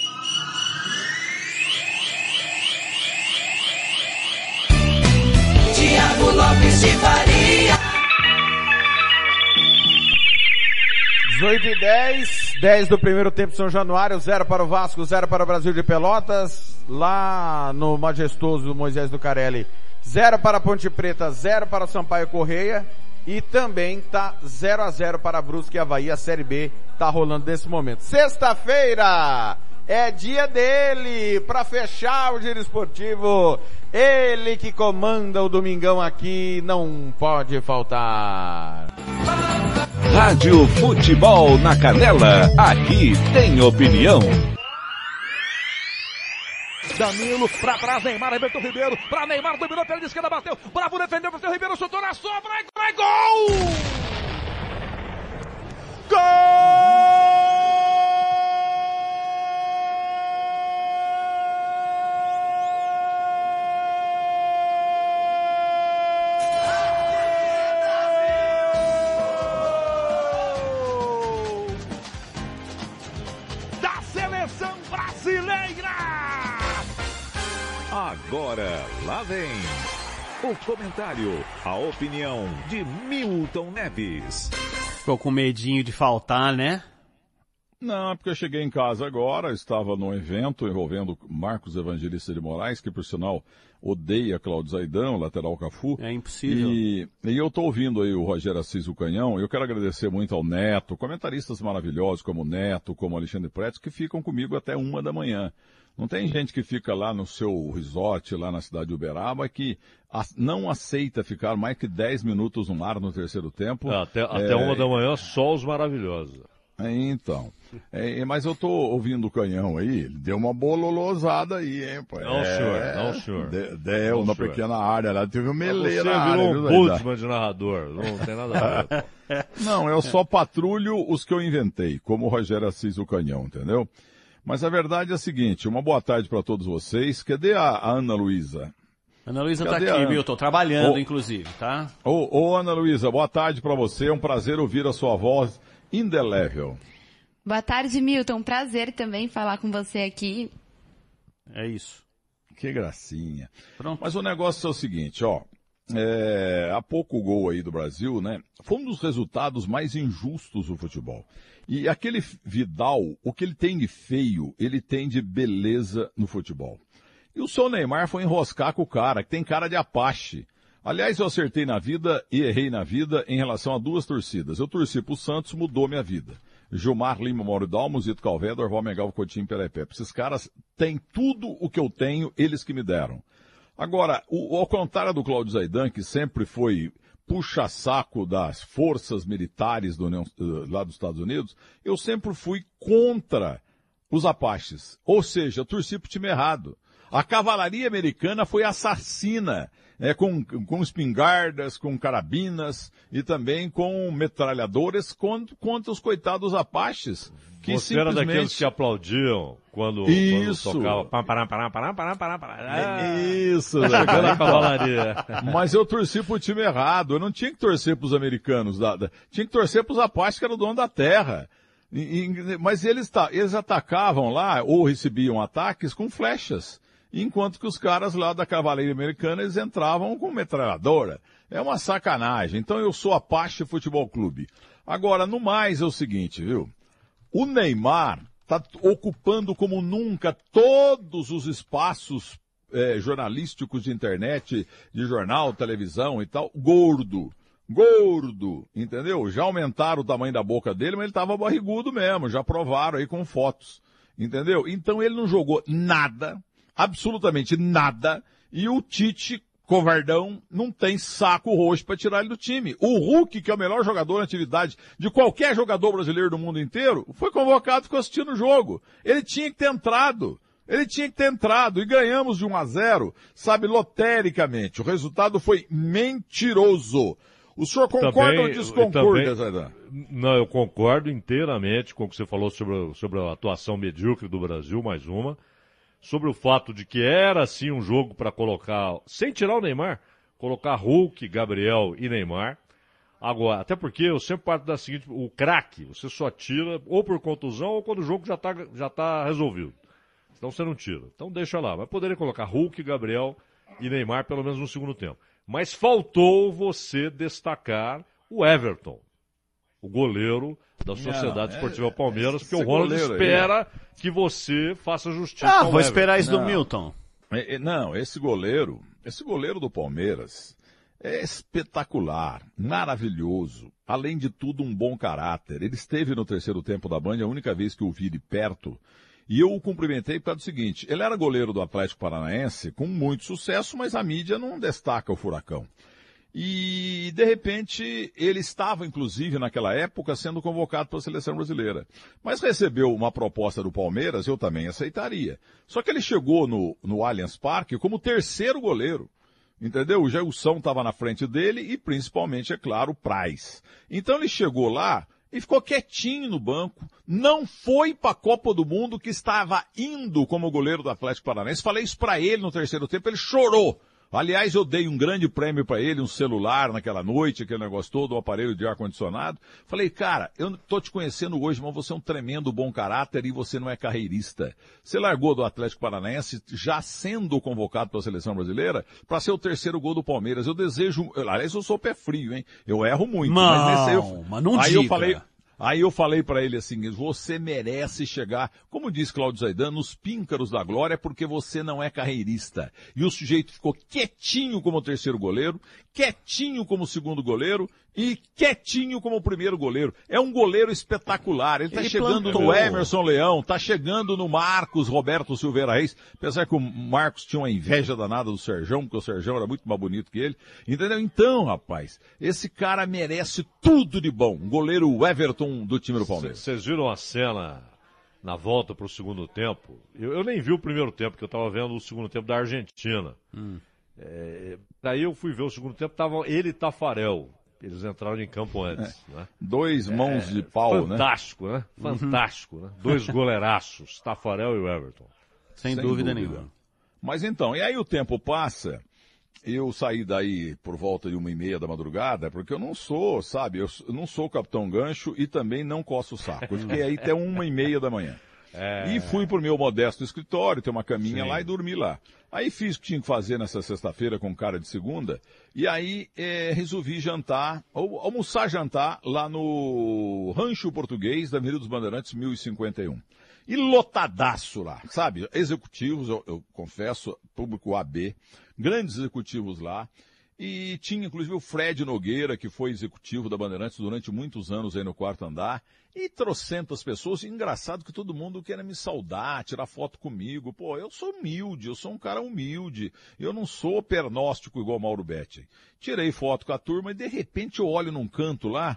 Tiago Lopes de Faria. dezoito e dez, dez do primeiro tempo São Januário, zero para o Vasco, zero para o Brasil de Pelotas. Lá no majestoso Moisés do Carelli, zero para a Ponte Preta, zero para o Sampaio Correia. E também tá zero a zero para Brusque e Avaí, a Série B tá rolando nesse momento. Sexta-feira é dia dele, para fechar o giro esportivo. Ele que comanda o domingão aqui, não pode faltar. Rádio Futebol na Canela, aqui tem opinião. Danilo, pra trás, Neymar, Everton Ribeiro, pra Neymar, dominou pela esquerda, bateu, Bravo defendeu, Everton Ribeiro, chutou na sobra, vai, gol! Gol! Da seleção brasileira! Agora, lá vem o comentário, a opinião de Milton Neves. Ficou com medinho de faltar, né? Não, é porque eu cheguei em casa agora, estava num evento envolvendo Marcos Evangelista de Moraes, que por sinal odeia Cláudio Zaidan, lateral Cafu. É impossível. E, e eu estou ouvindo aí o Rogério Assis, o Canhão, e eu quero agradecer muito ao Neto, comentaristas maravilhosos como o Neto, como o Alexandre Pretz, que ficam comigo até uma da manhã. Não tem gente que fica lá no seu resort, lá na cidade de Uberaba, que não aceita ficar mais que dez minutos no ar no terceiro tempo. É, até, é... até uma da manhã, só os maravilhosos. Então, é, mas eu tô ouvindo o Canhão aí, ele deu uma bololosada aí, hein, pô. Não, é, senhor, não, senhor. De, deu não, na senhor. pequena área lá, teve um meleiro Você na área. virou um Bultmann de narrador, não tem nada a ver. Não, eu só patrulho os que eu inventei, como o Rogério Assis, o Canhão, entendeu? Mas a verdade é a seguinte, uma boa tarde para todos vocês. Cadê a, a Ana Luísa? Ana Luísa tá Cadê aqui, a... Milton, trabalhando, ô, inclusive, tá? Ô, ô Ana Luísa, boa tarde para você, é um prazer ouvir a sua voz indelével. Boa tarde, Milton, prazer também falar com você aqui. É isso. Que gracinha. Pronto. Mas o negócio é o seguinte, ó, é, há pouco o gol aí do Brasil, né, foi um dos resultados mais injustos do futebol. E aquele Vidal, o que ele tem de feio, ele tem de beleza no futebol. E o seu Neymar foi enroscar com o cara, que tem cara de Apache. Aliás, eu acertei na vida e errei na vida em relação a duas torcidas. Eu torci pro Santos, mudou minha vida. Gilmar Lima, Mauro Dalmo, Zito Calvé, Dorval Mengal, Coutinho, Perepepe. Esses caras têm tudo o que eu tenho, eles que me deram. Agora, o, ao contrário do Cláudio Zaidan, que sempre foi puxa-saco das forças militares do, lá dos Estados Unidos, eu sempre fui contra os Apaches. Ou seja, eu torci pro time errado. A cavalaria americana foi assassina, é, com, com espingardas, com carabinas e também com metralhadoras contra, contra os coitados Apaches. Que Você era simplesmente... daqueles que aplaudiam quando, Isso. quando tocava. Pam, param, param, param, param, param, param. Ah, Isso, chegando a cavalaria. Mas eu torci pro time errado. Eu não tinha que torcer pros americanos. Da, da, tinha que torcer pros Apaches, que eram dono da terra. E, e, mas eles, eles atacavam lá, ou recebiam ataques com flechas. Enquanto que os caras lá da cavalaria americana, eles entravam com metralhadora. É uma sacanagem. Então eu sou Apache Futebol Clube. Agora, no mais é o seguinte, viu? O Neymar está ocupando como nunca todos os espaços eh, jornalísticos de internet, de jornal, televisão e tal, gordo. gordo, entendeu? Já aumentaram o tamanho da boca dele, mas ele tava barrigudo mesmo, já provaram aí com fotos, entendeu? Então ele não jogou nada, absolutamente nada, e o Tite, covardão, não tem saco roxo para tirar ele do time. O Hulk, que é o melhor jogador na atividade de qualquer jogador brasileiro do mundo inteiro, foi convocado e ficou assistindo o jogo. Ele tinha que ter entrado. Ele tinha que ter entrado e ganhamos de um a zero, sabe, lotericamente. O resultado foi mentiroso. O senhor concorda também, ou disconcorda, Zaidan? Não, eu concordo inteiramente com o que você falou sobre, sobre a atuação medíocre do Brasil, mais uma. Sobre o fato de que era, sim, um jogo para colocar, sem tirar o Neymar, colocar Hulk, Gabriel e Neymar. Agora, até porque eu sempre parto da seguinte, o craque, você só tira ou por contusão ou quando o jogo já está já tá resolvido. Então você não tira. Então deixa lá. Mas poderia colocar Hulk, Gabriel e Neymar pelo menos no segundo tempo. Mas faltou você destacar o Everton, o goleiro da Sociedade não, Esportiva é, Palmeiras, porque o Ronald espera aí, que você faça justiça ah, ao vou Everton. esperar isso não, do Milton. É, é, não, esse goleiro, esse goleiro do Palmeiras é espetacular, maravilhoso. Além de tudo, um bom caráter. Ele esteve no terceiro tempo da Band, a única vez que eu vi de perto. E eu o cumprimentei por causa do seguinte, ele era goleiro do Atlético Paranaense com muito sucesso, mas a mídia não destaca o Furacão. E, de repente, ele estava, inclusive, naquela época, sendo convocado para a seleção brasileira. Mas recebeu uma proposta do Palmeiras, eu também aceitaria. Só que ele chegou no, no Allianz Parque como terceiro goleiro. Entendeu? O Jailson estava na frente dele e, principalmente, é claro, o Praz. Então ele chegou lá e ficou quietinho no banco, não foi para a Copa do Mundo que estava indo como goleiro do Atlético Paranaense. Falei isso para ele no terceiro tempo, ele chorou. Aliás, eu dei um grande prêmio para ele, um celular naquela noite, aquele negócio todo, um aparelho de ar-condicionado. Falei, cara, eu tô te conhecendo hoje, mas você é um tremendo bom caráter e você não é carreirista. Você largou do Atlético Paranaense, já sendo convocado para a seleção brasileira, para ser o terceiro gol do Palmeiras. Eu desejo, aliás, eu sou pé frio, hein? Eu erro muito. Não, mas nesse aí eu, mas não aí diga. eu falei... Aí eu falei para ele assim, você merece chegar, como diz Cláudio Zaidan, nos píncaros da glória, porque você não é carreirista. E o sujeito ficou quietinho como terceiro goleiro, quietinho como segundo goleiro e quietinho como primeiro goleiro. É um goleiro espetacular. Ele está chegando plantou. no Emerson Leão, está chegando no Marcos Roberto Silveira Reis, apesar que o Marcos tinha uma inveja danada do Serjão, porque o Serjão era muito mais bonito que ele. Entendeu? Então, rapaz, esse cara merece tudo de bom. Um goleiro Everton do time do Palmeiras. Vocês viram a cena na volta para o segundo tempo? Eu, eu nem vi o primeiro tempo, porque eu estava vendo o segundo tempo da Argentina. Hum. É, daí eu fui ver o segundo tempo, tava ele e Tafarel. Eles entraram em campo antes. É. Né? Dois mãos é, de pau, fantástico, né? né? Fantástico, né? Dois goleiraços, Tafarel e o Everton. Sem, Sem dúvida, dúvida nenhuma. Mas então, e aí o tempo passa... Eu saí daí por volta de uma e meia da madrugada, porque eu não sou, sabe, eu não sou o Capitão Gancho e também não coço o saco. Eu fiquei aí até uma e meia da manhã. É... E fui pro meu modesto escritório, tem uma caminha Sim. lá e dormi lá. Aí fiz o que tinha que fazer nessa sexta-feira com cara de segunda, e aí é, resolvi jantar, ou almoçar jantar lá no Rancho Português da Avenida dos Bandeirantes mil e cinquenta e um. E lotadaço lá, sabe? Executivos, eu, eu confesso, público A B, grandes executivos lá. E tinha inclusive o Fred Nogueira, que foi executivo da Bandeirantes durante muitos anos aí no quarto andar. E trocentas pessoas. E engraçado que todo mundo quer me saudar, tirar foto comigo. Pô, eu sou humilde, eu sou um cara humilde. Eu não sou pernóstico igual Mauro Betti. Tirei foto com a turma e de repente eu olho num canto lá,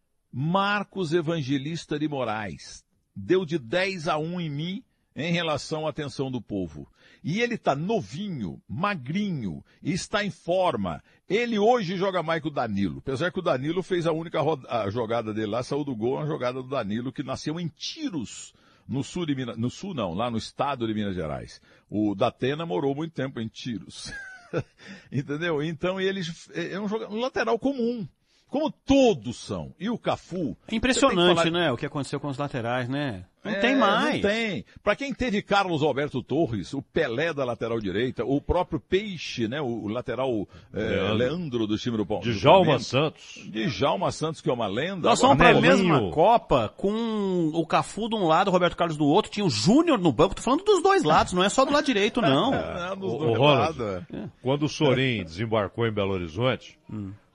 Marcos Evangelista de Moraes. Deu de dez a um em mim em relação à atenção do povo. E ele está novinho, magrinho, e está em forma. Ele hoje joga mais que o Danilo. Apesar que o Danilo fez a única roda, a jogada dele lá, saiu do gol, uma jogada do Danilo, que nasceu em Tiros, no sul de Minas, no sul não, lá no estado de Minas Gerais. O Datena morou muito tempo em Tiros. Entendeu? Então ele é um, jogador, um lateral comum. Como todos são. E o Cafu... É impressionante, falar... né? O que aconteceu com os laterais, né? Não é, tem mais. Não tem. Pra quem teve Carlos Alberto Torres, o Pelé da lateral direita, o próprio Peixe, né? O, o lateral é, Leandro. Leandro do time do Palmeiras. Djalma Santos. Djalma Santos, que é uma lenda. Nós fomos pra mesma Copa com o Cafu de um lado, o Roberto Carlos do outro. Tinha o Júnior no banco. Tô falando dos dois lados, não é só do lado direito, não. É, dos o, dois o Ronald, lados. Quando o Sorin desembarcou em Belo Horizonte... Hum.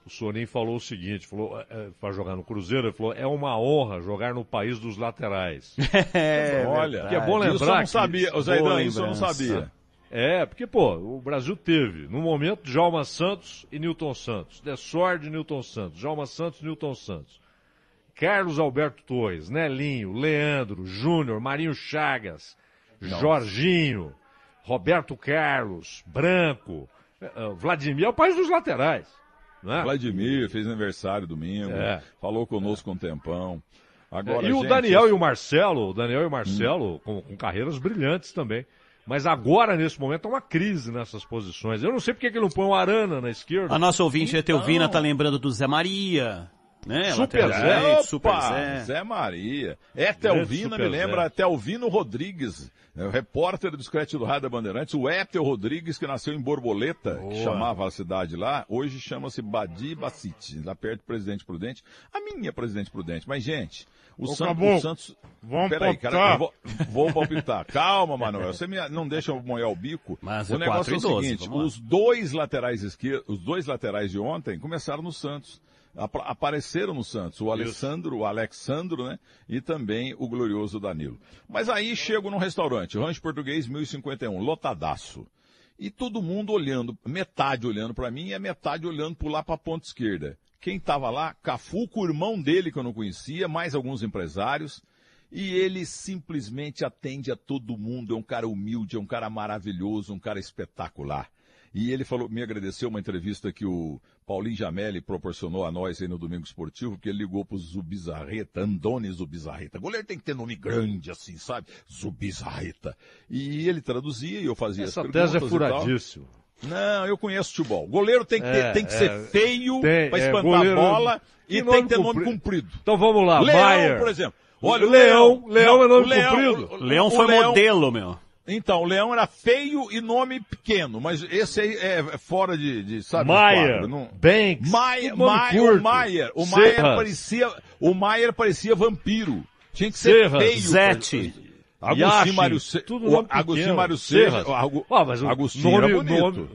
o Sonin falou o seguinte, falou, é, para jogar no Cruzeiro, ele falou, é uma honra jogar no país dos laterais. É, olha, que é bom lembrar isso eu não sabia, que, Zaidan, isso eu não sabia. É, porque, pô, o Brasil teve, no momento, Djalma Santos e Nilton Santos, Desord e Nilton Santos, Djalma Santos e Nilton Santos, Carlos Alberto Torres, Nelinho, Leandro, Júnior, Marinho Chagas, Nossa. Jorginho, Roberto Carlos, Branco, uh, Vladimir, é o país dos laterais. Né? Vladimir fez aniversário domingo, é. falou conosco um tempão. Agora, é, e gente, o Daniel e o Marcelo, o Daniel e o Marcelo, hum. com, com carreiras brilhantes também. Mas agora, nesse momento, é uma crise nessas posições. Eu não sei porque que ele não põe o Arana na esquerda. A nossa ouvinte então... Etelvina tá lembrando do Zé Maria. Né? Super Zé, Zé, Super Zé. Zé Maria. Etelvina me lembra Etelvino Rodrigues, é o repórter do Discreto do Rádio da Bandeirantes, o Etel Rodrigues, que nasceu em Borboleta, Boa. que chamava a cidade lá, hoje chama-se Badi Bacite, lá perto do Presidente Prudente. A minha Presidente Prudente. Mas, gente, o, San... o Santos... Vamos Peraí, palpitar. cara, eu vou, vou palpitar. Calma, Manuel, você me... não deixa eu molhar o bico. Mas o é negócio é o doze, seguinte, os dois laterais esquerdos, os dois laterais de ontem começaram no Santos. Apareceram no Santos, o Alessandro, o Alexandro, né? E também o glorioso Danilo. Mas aí chego num restaurante, Rancho Português mil e cinquenta e um, lotadaço. E todo mundo olhando, metade olhando para mim e a metade olhando por lá para a ponta esquerda. Quem estava lá? Cafu, com o irmão dele que eu não conhecia, mais alguns empresários. E ele simplesmente atende a todo mundo, é um cara humilde, é um cara maravilhoso, um cara espetacular. E ele falou, me agradeceu uma entrevista que o Paulinho Jamelli proporcionou a nós aí no Domingo Esportivo, porque ele ligou pro Zubizarreta, Andoni Zubizarreta. Goleiro tem que ter nome grande assim, sabe? Zubizarreta. E ele traduzia e eu fazia Essa as perguntas. Essa tese é furadíssimo. Não, eu conheço futebol. Goleiro tem que, ter, é, tem que é, ser feio tem, pra é, espantar goleiro, a bola e tem que ter comprido. nome comprido. Então vamos lá, Leão, Maier. por exemplo. Olha, o o Leão, Leão, Leão não, é nome o Leão, comprido. O, o, Leão foi o Leão, modelo, meu. Então, o Leão era feio e nome pequeno, mas esse aí é fora de, de sabe? Maier, não... Banks, Maier, Maier, o Maier, o Maier parecia, o Maier parecia vampiro. Tinha que ser Serras, feio. Zete. Agostinho Mário Serra. Agostinho Mário Serra. Ah, mas o Agostinho nome, era bonito. Nome,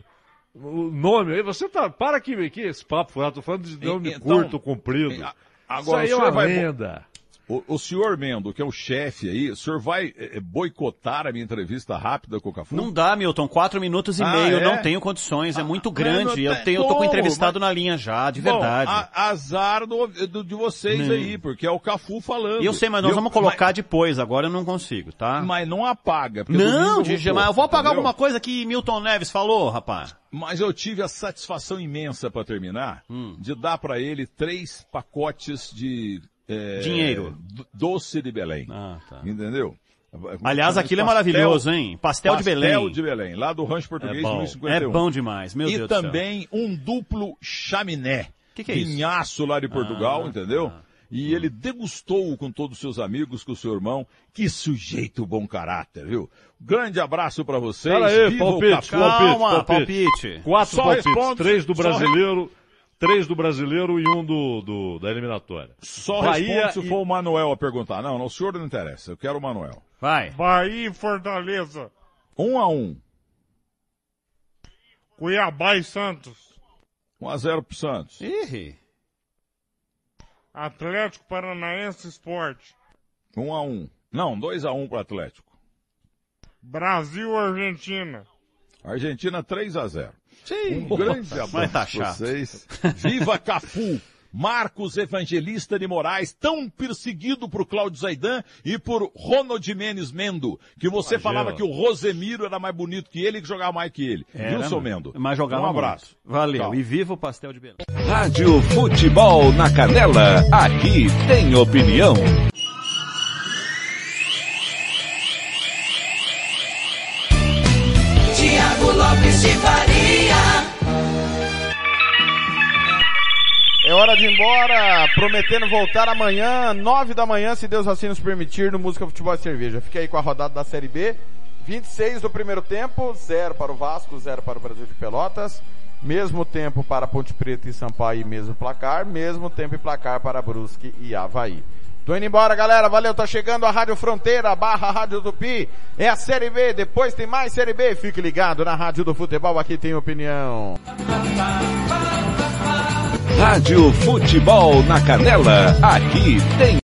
o nome aí, você tá, para aqui, aqui esse papo furado, tô falando de nome então, curto, comprido. Agora, isso aí é uma vai... lenda. O, o senhor Mendo, que é o chefe aí, o senhor vai é, boicotar a minha entrevista rápida com o Cafu? Não dá, Milton. Quatro minutos e ah, meio. É? Não tenho condições. É muito ah, grande. Não, eu, tenho, eu tô com o entrevistado mas... na linha já, de Bom, verdade. A, azar do, do, de vocês hum. aí, porque é o Cafu falando. Eu sei, mas nós eu, vamos colocar mas... depois. Agora eu não consigo, tá? Mas não apaga. Não, de eu, mas eu vou apagar entendeu? alguma coisa que Milton Neves falou, rapaz. Mas eu tive a satisfação imensa, para terminar, hum. de dar para ele três pacotes de... É, dinheiro. Doce de Belém. Ah, tá. Entendeu? Aliás, aquilo pastel, é maravilhoso, hein? Pastel, pastel de Belém. Pastel de Belém, lá do Rancho Português é mil e cinquenta e um. É bom demais, meu e Deus do céu. E também um duplo chaminé. Que que é vinhaço isso? lá de Portugal, ah, entendeu? Ah. E ele degustou com todos os seus amigos, com o seu irmão. Que sujeito bom caráter, viu? Grande abraço pra vocês. Pera aí, Viva palpite, o palpite, Calma, palpite. palpite. Quatro só palpites, responde, três do brasileiro... Só... Três do brasileiro e um do, do da eliminatória. Só Bahia responde se e... for o Manuel a perguntar. Não, não, o senhor não interessa. Eu quero o Manuel. Vai. Bahia e Fortaleza. Um a um. Cuiabá e Santos. Um a zero pro Santos. Ih. Atlético Paranaense Sport. Um a um. Não, dois a um pro Atlético. Brasil Argentina. Argentina três a zero. Sim. Um grande abraço tá pra vocês. Viva Cafu! Marcos Evangelista de Moraes, tão perseguido por Cláudio Zaidan e por Ronald Menes Mendo, que você Imagina. falava que o Rosemiro era mais bonito que ele e que jogava mais que ele. Era, Viu, seu Mendo? Mas jogava Um abraço. Muito. Valeu. Tchau. E viva o Pastel de Belém. Rádio Futebol na Canela. Aqui tem opinião. Tiago Lopes de Faria. É hora de ir embora, prometendo voltar amanhã, nove da manhã, se Deus assim nos permitir, no Música, Futebol e Cerveja. Fique aí com a rodada da Série B, vinte e seis do primeiro tempo, zero para o Vasco, zero para o Brasil de Pelotas, mesmo tempo para Ponte Preta e Sampaio, mesmo placar, mesmo tempo e placar para Brusque e Avaí. Tô indo embora, galera, valeu, tá chegando a Rádio Fronteira, barra Rádio Tupi, é a Série B, depois tem mais Série B, fique ligado na Rádio do Futebol, aqui tem opinião. Rádio Futebol na Canela, aqui tem